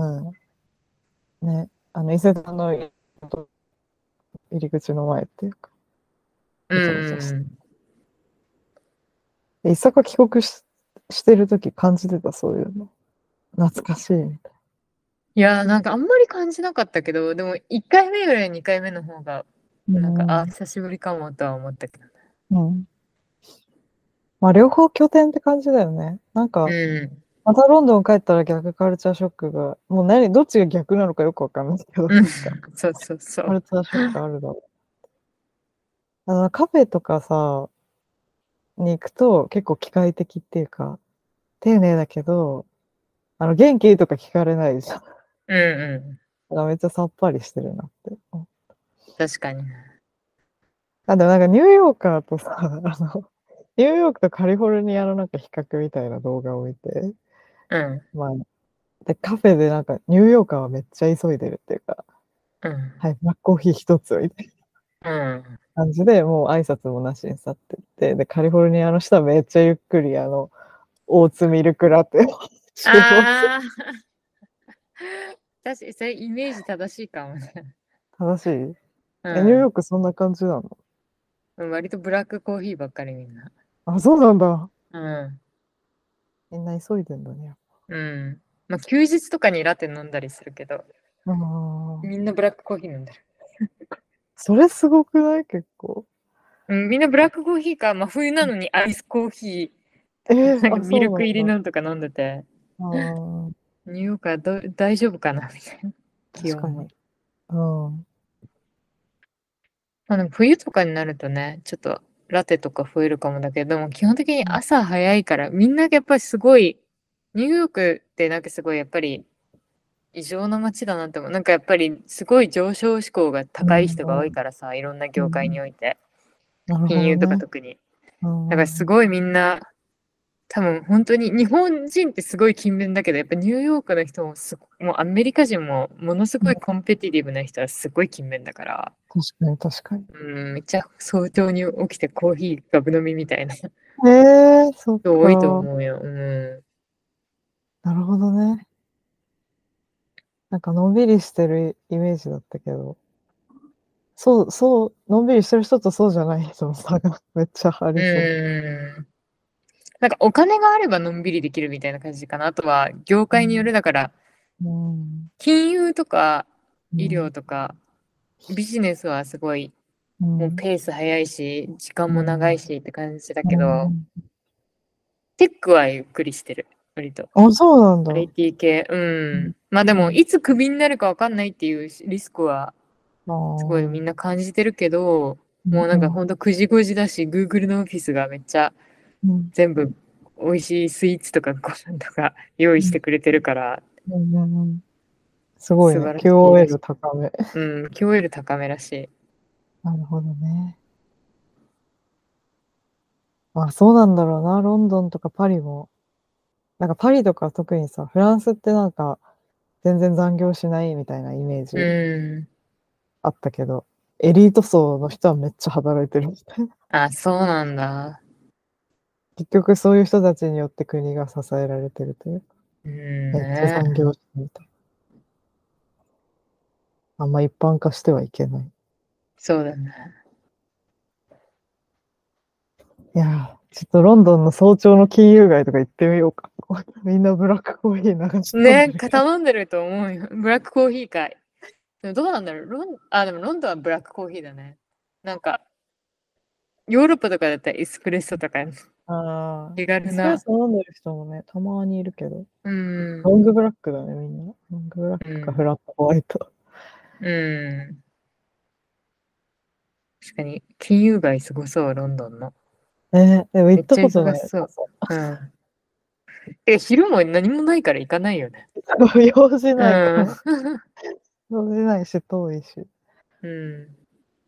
ね。あの、伊勢丹の入り口の前っていうか、 うめちゃめちゃして。 ん。 伊坂帰国し、してるとき感じてた、そういうの。懐かしいみたいいやーなんかあんまり感じなかったけど、でもいっかいめよりにかいめの方が、 な。 なんか、あ、 うん。 久しぶりかもとは思ったけど。 うん。まあ、両方拠点って感じだよね。なんうか、 ん。 またロンドン帰ったら逆カルチャーショックが、もう何、どっちが逆なのかよくわかんないけど、 うん。 なんか、 そうそうそう。 カルチャーショックあるだろう。あの、カフェとかさ、に行くと結構機械的っていうか、丁寧だけど、あの、元気とか聞かれないじゃん。だかうんうん。 らめっちゃさっぱりしてるなって。 確かに。 あ、でもなんかニューヨーカーとさ、あの、ニューヨークとカリフォルニアのなんか比較みたいな動画を見て、 うん。 まあ、で、カフェでなんかニューヨーカーはめっちゃ急いでるっていうか、 うん。 はい、ブラックコーヒー一つみたいうん。 な感じで、もう挨拶もなしに去ってって、で、カリフォルニアの人はめっちゃゆっくり、あの、オーツミルクラテを注文する。 ああ。確かにそれイメージ正しいかもね。 正しい？ うえ、ニューヨん。 ークそんな感じなの？ 割とブラックコーヒーばっかりみんな。 あ、そうなんだ。 うん。 みんな急いでんだね。 うん。まあ、休日とかにラテ飲んだりするけど、 ああ。 みんなブラックコーヒー飲んでる。 それすごくない？結構。 うん、みんなブラックコーヒーか、まあ、冬なのにアイスコーヒえー、 ー、 なんかあ、 ミルク入りそうなんだ。 のとか飲んでて、 ああ、 ニューヨークはど大丈夫かなみたいな気温は。 確かに。うん。 まあ、でも冬とかになるとね、ちょっとラテとか増えるかもだけど、でも基本的に朝早いから、みんなやっぱりすごい、ニューヨークってなんかすごいやっぱり異常な街だなって思う。なんかやっぱりすごい上昇志向がう高い人が多いん。 からさ、いろんな業界うん。 において。 なる金融とかほどね。 特に。 うん。 だからすごいみんな、多分本当に日本人ってすごい勤勉だけど、やっぱニューヨークの人もすごもうアメリカ人もものすごいコンペティティブな人はすごい勤勉だから、 確かに、確かに。 うん、めっちゃ早朝に起きてコーヒーガブ飲みみたいな人ええー、そっ多いとか。 思うよ。うん。 なるほどね。なんかのんびりしてるイメージだったけど、そう、そう、のんびりしてる人とそうじゃない人の差がめっちゃありそう。 うん。なんかお金があればのんびりできるみたいな感じかな。あとは業界にようん。 るだから、 うん。 金融とか医療うん。 とかビジネスはすごいもううん。 ペース早いし、時間も長うん。 いしって感じだうけど、 ん。 テックはゆっくりしてる。割と。 あ、そうなんだ。うアイティー 系。うん。 ん。まあでも、 うん。 いつクビになるかわかんないっていうリスクは、 ああ。 すごいみんな感じてるけど、 うん。 もうなんかほんとくじごじだし、Google のオフィスがめっちゃうん。 全部美味しいスイーツとかご飯とか用意してくれてるから、 うん。うん。すごいね。 素晴らしいらしキューオーエルい。 高め。 うん、キューオーエル 高めらしい。 なるほどね。まあそうなんだろうな。ロンドンとかパリも。なんかパリとか特にさ、フランスってなんか全然残業しないみたいなイメーうジん。 あったけど、エリート層の人はめっちゃ働いてるみたいな。 あ、そうなんだ。 結局そういう人たちによって国が支えられてるというか、 うんめっちゃね。 残業してるみたいな。あんま一般化してはいけない。 そうだね。 いやー、ちょっとロンドンの早朝の金融街とか行ってみようか。みんなブラックコーヒー流し込んでね、 るけど。 頼んでると思うよ。ブラックコーヒー会。でもどうなんだろう。ロン、あ、でもロンドンはブラックコーヒーだね。なんか、ヨーロッパとかだったらエスプレッソとかああ、 手軽エスプレッな。 ソ飲んでる人もね、たまにいるけど。 うん、 ロングブラックだね、みんな。ロングブラックかフうん、 ラットホワイト。 うん。確かに、金融街すごそう、ロンドンの。 ね、でも行っためっちゃことない。 忙しそう。うん。え、昼も何もないから行かないよね。 用事うないかん。 ら。用事ないし、遠いし。 うん。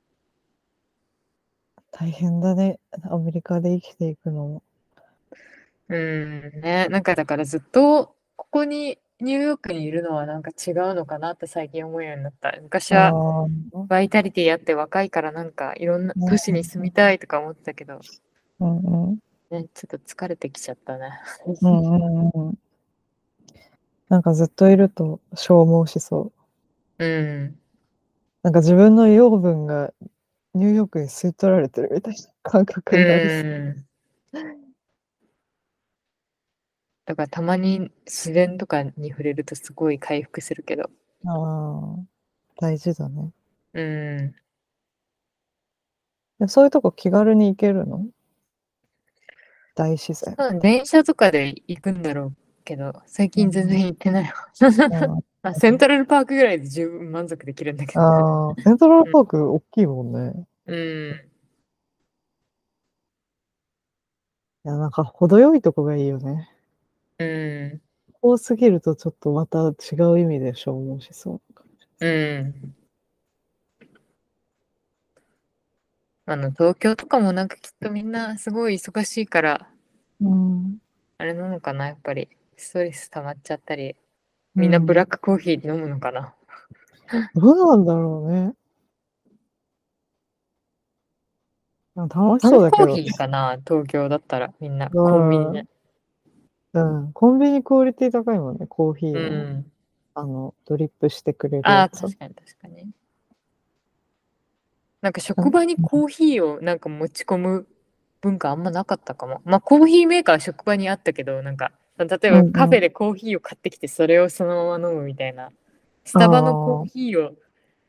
大変だね。アメリカで生きていくのも。 うん。ね、なんかだからずっと、ここに、ニューヨークにいるのはなんか違うのかなって最近思うようになった。昔あはあ、 バイタリティやって若いからなんかいろんな都市に住みたいとか思ってたけど、 うんうん。 ね、ちょっと疲れてきちゃったね。 うんうんうん。なんかずっといると消耗しそう。 うん。 なんか自分の養分がニューヨークに吸い取られてるみたいな感覚になりそうん。だからたまに自然とかに触れるとすごい回復するけど。 う。ああ、大事だね。 うん。 でそういうとこ気軽に行けるの？大自然。 そう、電車とかで行くんだろうけど、最近全然行ってないわ。 うんあ、セントラルパークぐらいで十分満足できるんだけどね。 ああ、セントラルパーク大きいもんね。 うん。 いや、なんか程よいとこがいいよね。 うん。 多すぎるとちょっとまた違う意味で消耗しそうな感じ。 うん。あの、東京とかもなんかきっとみんなすごい忙しいから、 うん。 あれなのかな、やっぱり。ストレス溜まっちゃったり。 うん。 みんなブラックコーヒー飲むのかな。 どうなんだろうね。楽し缶そうだけど。 コーヒーかな、東京だったらみんなコンビニうん。 で。 うん。コンビニクオリティ高いもんね、コーヒうーの。 ん。 あの、ドリップしてくれるああ、 やつ。 確かに確かに。なんかうん職場にコーヒーをなんか持ち込む文化あんまなかったかも。まあコーヒーメーカーは職場にあったけど、なんか例えばカうんうん。 フェでコーヒーを買ってきてそれをそのまま飲むみたいな。スあタバのコーあ。 ヒーを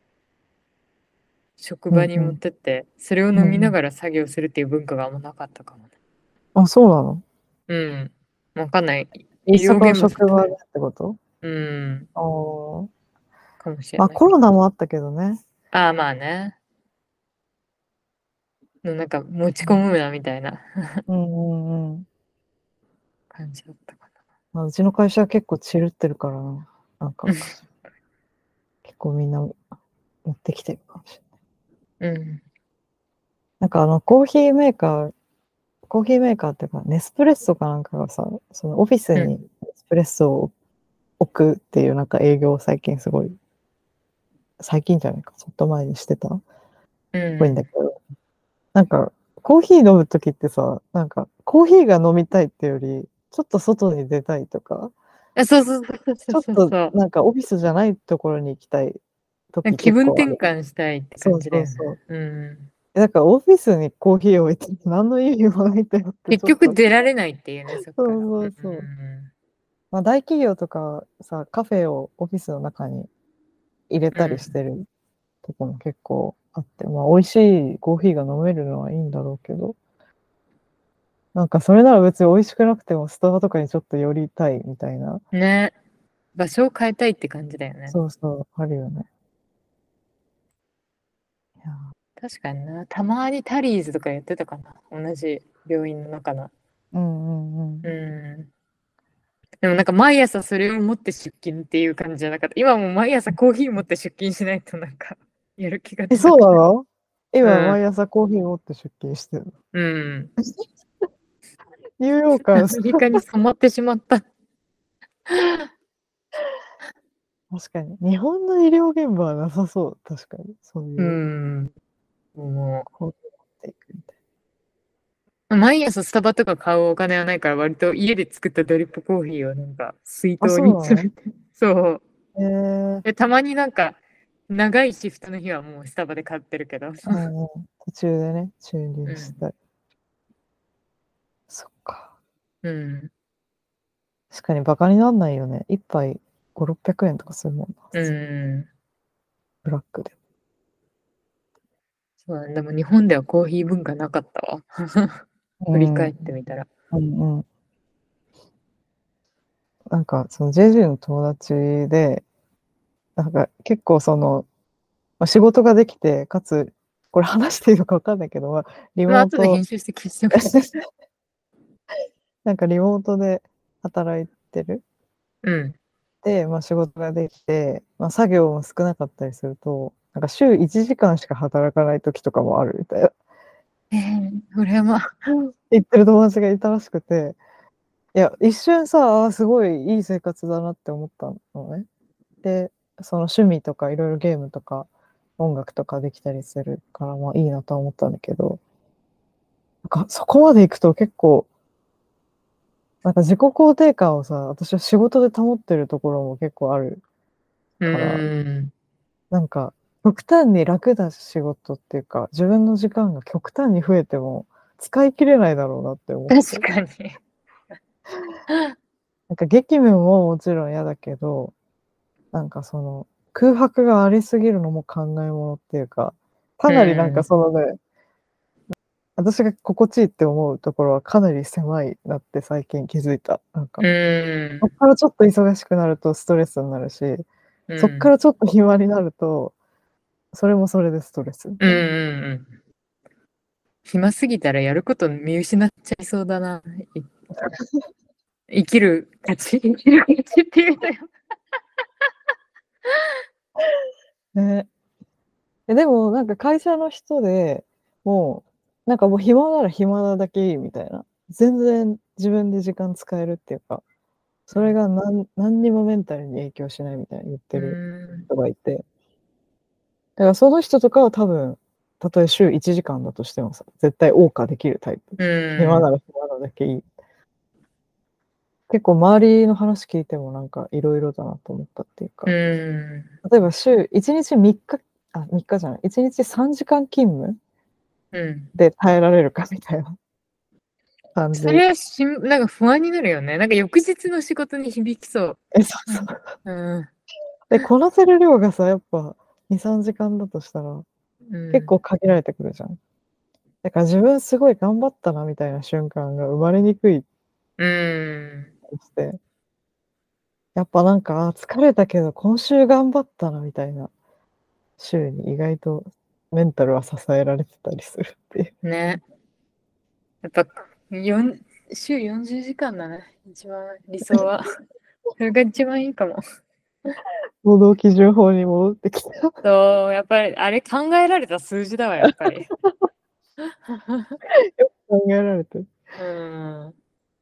職場に持っうんうん。 てって、それを飲みうんうん。 ながら作業するっていう文化があんまなかったかもね。 あ、そうなの？ うん。わかんない。 大医療阪の現場だったから。 職場でってこと？ うん。 ああ。 かもしれまあないけど。 コロナもあったけどね。 ああ、まあね。のなんか持ち込むなみたいなうんうんうん。 感じだったかまあ、うちの会社は結構チルってるからな。なんか、 な。 結構みんな持ってきてるかもしれない。 うん。 なんかあの、コーヒーメーカー、コーヒーメーカーっていうか、ネスプレッソかなんかがさ、そのオフィスうん。 にネスプレッソを置くっていうなんか営業を最近すごい、最近じゃないか、ちょっと前にしてたっぽいんだうん。 けど、なんか、コーヒー飲むときってさ、なんか、コーヒーが飲みたいってより、ちょっと外に出たいとか、 あ、そうそうそうそうちょっとそうそなんかオフィスじゃないところに行きたいう。 時気分結構ある。 転換したいってそう感じだよね。 そうそう。 うん。 だからオフィスにコーヒーを置いて何の意味もないんだよって結ちょっと。 局出られないっていうね、そっから。 そうそううそう。 ん。 まあ大企業とかさ、カフェをオフィスの中に入れたりしうん。 てるとこも結構あって、まあ美味しいコーヒーが飲めるのはいいんだろうけど、なんかそれなら別に美味しくなくてもスタバとかにちょっと寄りたいみたいな。 ね。場所を変えたいって感じだよね。 そうそう、あるよね。いや確かにな。たまにタリーズとかやってたかな。同じ病院の中の。 うんうんううん。 ん。でもなんか毎朝それを持って出勤っていう感じじゃなかった。今もう毎朝コーヒー持って出勤しないとなんかやる気がえ、 出なくて。 そうなの？今、 うん。 毎朝コーヒー持って出勤してるの？ うん。 ニューヨーカーズ。 アメリカに染まってしまった。 確かに。日本の医療現場はなさそう。確かに。そうういう、 ん。もコーヒー持っていくみたいう、毎朝スタバとか買うお金はないから割と家で作ったドリップコーヒーをなんか水な。あ、 筒そうなの？ に詰めて。そう。 えー、 で、たまになんか長いシフトの日はもうスタバで買ってるけど。 うんうん、途中でね、注うん。 入したい。そっか。 うん。 確かにバカになんないよね。一杯ご、ろっぴゃくえんとかするもんな。 うん。 ブラックで。 そうだね。でも日本ではコーヒー文化なかったわ。 うん。 振り返うんってみたら。 うん。なんか、その ジェージェー の友達で、なんか結構その、まあ、仕事ができて、かつ、これ話していいのかわかんないけど、まあ、リまあ、 モート、 後で編集して消してもいい。 なんかリモートで働いてる。 うん。 で、まあ、仕事ができて、まあ、作業も少なかったりすると、なんか週いちじかんしか働かない時とかもあるみたいな。 えー、羨ま。 言ってる友達がいたらしくて、いや、一瞬さ、あーすごいいい生活だなって思ったのね。で、その趣味とかいろいろゲームとか音楽とかできたりするから、まあいいなとは思ったんだけど、なんかそこまで行くと結構、なんか自己肯定感をさ、私は仕事で保ってるところも結構あるうから、 ーん。 なんか極端に楽な仕事っていうか、自分の時間が極端に増えても使い切れないだろうなって思って。 確かに。 なんか激務ももちろん嫌だけど、なんかその空白がありすぎるのも考えものっていうか、かうなりなんかん。 そのね、私が心地いいって思うところはかなり狭いなって最近気づいた。なんか、 うん。 そっからちょっと忙しくなるとストレスになるし、そっかうん。 らちょっと暇になると、それもそれでストレスみうん。 たいな。 うん。暇すぎたらやること見失っちゃいそうだな。い生きる価値、生きる価値っていうのよ。 ね。え、でもなんか会社の人でもう、なんかもう暇なら暇なだけいいみたいな。全然自分で時間使えるっていうか、それが何何にもメンタルに影響しないみたいに言っうてるん。 人がいて、 からその人とかは多分、たとえ週いちじかんだとしてもさ、絶対謳歌できるタイプ。暇なら暇なだけいい。結構周りの話聞いてもなんかいろいろだなと思ったっていうか。 うん。 例えば週いちにちみっか、あ、みっかじゃない、いちにちさんじかん勤務うん。 で耐えられるかみたいな感じ。 それはしん、なんか不安になるよね。なんか翌日の仕事に響きそう。 え、そうそう。 うん。 で、こなせる量がさ、やっぱに、さんじかんだとしたら、 うん、 結構限られてくるじゃん。だから自分すごい頑張ったなみたいな瞬間が生まれにくいうん。 して、やっぱなんか、あ、疲れたけど今週頑張ったなみたいな週に意外とメンタルは支えられてたりするっていう。 ね。やっぱ、よん週よんじゅうじかんだね。一番理想は。それが一番いいかも。 労働基準法に戻ってきた。 そう、やっぱり、あれ考えられた数字だわ、やっぱり。 よく考えられてる。 うん。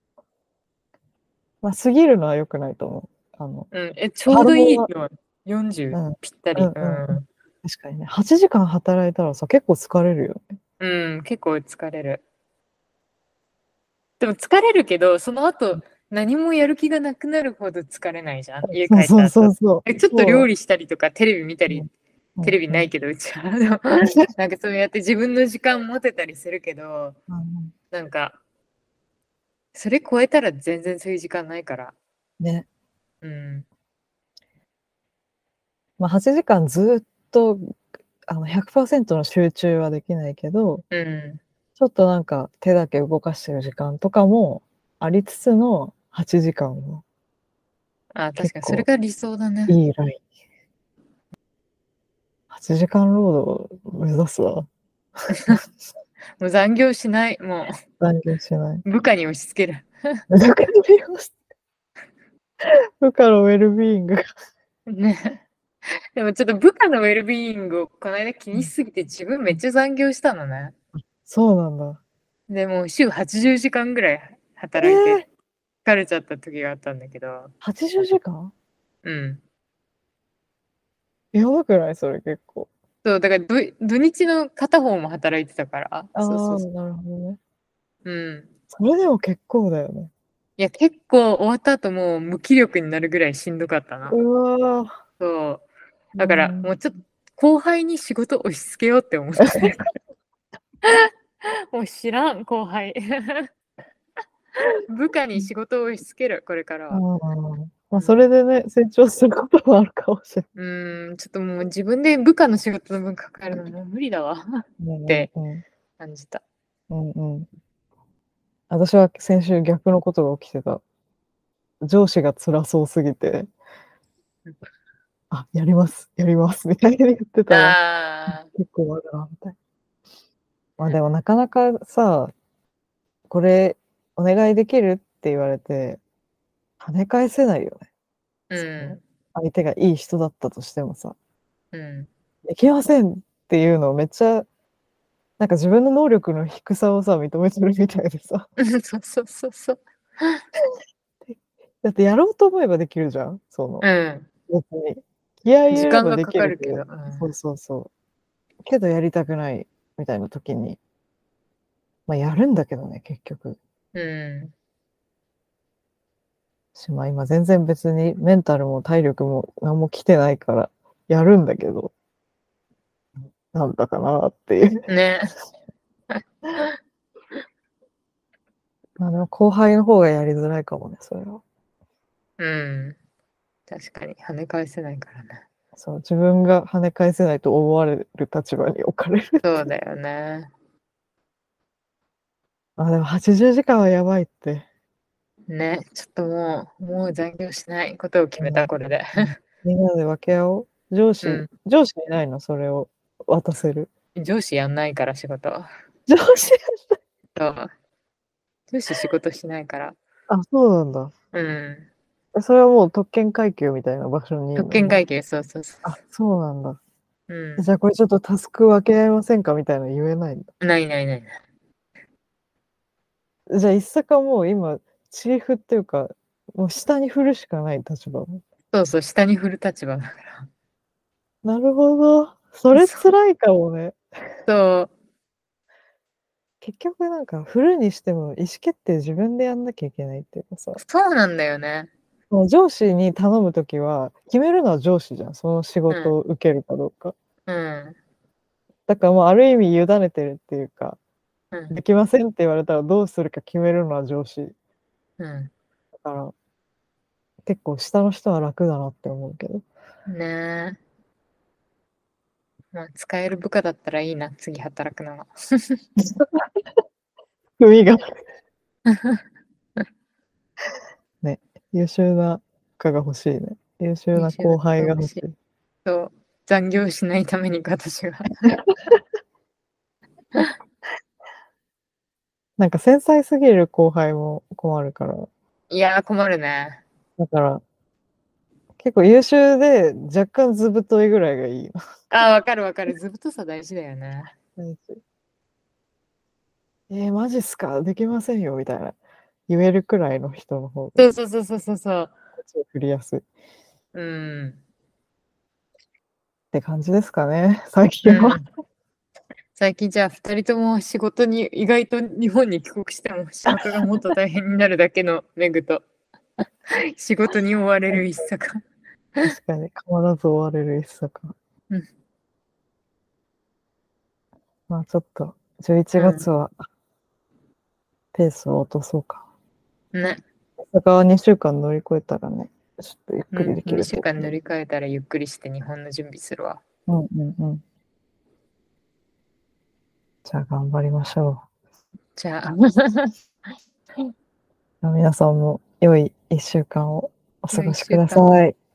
まあ、過ぎるのは良くないと思う。あの、 うん、え、ちょうどいいよ。よんじゅう、 うん、 ぴったり。 うん、 ううん、うん。 ん。 確かにね。はちじかん働いたらさ、結構疲れるよね。 うん、結構疲れる。でも疲れるけど、その後、何もやる気がなくなるほど疲れないじゃん。家そうそう帰った後。 そうそう。 えちょっと料理したりとか、テレビ見たり、 うん、 テレビないけど、うちは。でもなんかそうやって自分の時間持てたりするけど、 うん、 なんか、それ超えたら全然そういう時間ないから。 ね。 うん。 まあ、はちじかんずっとあの ひゃくパーセント の集中はできないけど、 うん。 ちょっとなんか手だけ動かしてる時間とかもありつつのはちじかんはあ、確結構かにそれが理想だね。 いいライン。はちじかん労働目指すわ。 もう残業しない。も残業しない。 う部下に押し付ける。 部下の利用し部下のウェルビーイングが。 ね。でもちょっと部下のウェルビーイングをこの間気にしすぎて自分めっちゃ残業したのね。 そうなんだ。 でもう週はちじゅうじかんぐらいえー、 働いて疲れちゃった時があったんだけど。 はちじゅうじかんうん。 やばくないそれ結構。 そう、だから土土日の片方も働いてたから。 ああ、 そうそうそなるほどね。 う。うん。 それでも結構だよね。 いや、結構終わった後もう無気力になるぐらいしんどかったな。 うわー。 そう。 うだからんもうちょっと後輩に仕事押し付けようって思って。もう知らん、後輩。部下に仕事を押し付ける、これからは。 あーまあ、それでね、成長することもあるかもしれうーん、ちょっともう自分で部下の仕事の分抱えるのもう無理だわない。 ってうんうん感じた。 うんうん。私は先週逆のことが起きてた。上司が辛そうすぎて、あ、やります、やります、みたいに言ってたら、 あ結構あるな、みたいな。まあでもなかなかさ、これお願いできるって言われて、跳ね返せないよね。 ー、 そのう相手がいい人だったとしてもさ、 ん、うできませんっていうのをめっちゃ、なんか自分の能力の低さをさ、認めてるみたいでさ。 ん。そうそうそうそう。 だってやろうと思えばできるじゃん、その、 うん。 別に。気合い入時れればで間がかかきるけど、 るけど。うん。 そうそうそう。けどやりたくないみたいな時に、まあやるんだけどね、結局。 うん。 しまあ今全然別にメンタルも体力も何も来てないからやるんだけど、なんだかなっていう。 ね。 まあでも後輩の方がやりづらいかもね、それは。 うん。確かに跳ね返せないからね。 そう、自分が跳ね返せないと思われる立場に置かれる。 そうだよね。 あ、でもはちじゅうじかんはやばいって。 ね。ちょっともう、もう残業しないことを決めた、これで。 うんみんなで分け合おう。上司、 うん。 上司いないのそれを渡せる。 上司やんないから仕事。 上司そう。上司仕事しないから。 あ、そうなんだ。 うん。 えそれはもう特権階級みたいな場所にいる特のもう権会計、そうそうそあ、そうなんだ。 う。うじゃあこれちょっとタスク分け合いませんかみたいなの言えないんだ。 ん。ないないない。 じゃあ、いっさかもう今、チーフっていうか、もう下に振るしかない立場。 そうそう、下に振る立場だから。 なるほど。 それ辛いかもね。 そう。 結局なんか振るにしても意思決定自分でやんなきゃいけないっていうかさ。 そうなんだよね。 もう上司に頼むときは決めるのは上司じゃん。その仕事を受けるかどうか。 うん。 だからもうある意味委ねてるっていうか、 うん。 できませんって言われたらどうするか決めるのは上司。 うん。 だから結構下の人は楽だなって思うけど。 ねえ。まあ、使える部下だったらいいな、次働くのが。 組がね、優秀な部下が欲しいね。優秀な後輩が欲しい。 そう、残業しないために私が。 なんか繊細すぎる後輩も困るから。 いやー、困るね。 だから、結構優秀で若干ずぶといぐらいがいいな。 あー、わかるわかる。ずぶとさ大事だよね。 えー、マジっすかできませんよみたいな。言えるくらいの人の方が。そうそうそうそうそう。 こっちを振りやすい。 うん。 って感じですかね、最近は。 うん、最近じゃあふたりとも仕事に意外と日本に帰国しても仕事がもっと大変になるだけのメグと仕事に追われる一坂。 確かに変わらず追われる一坂。 うん、 まあちょっとじゅういちがつはペースを落とそうか。 ね。 大阪はにしゅうかん乗り越えたらね、ちょっとゆっくりできるにしゅうかん乗り換えたらゆっくりして日本の準備するわ。 うんうんうん。じゃあ頑張りましょう。じゃあ。 皆さんも良いいっしゅうかんをお過ごしください。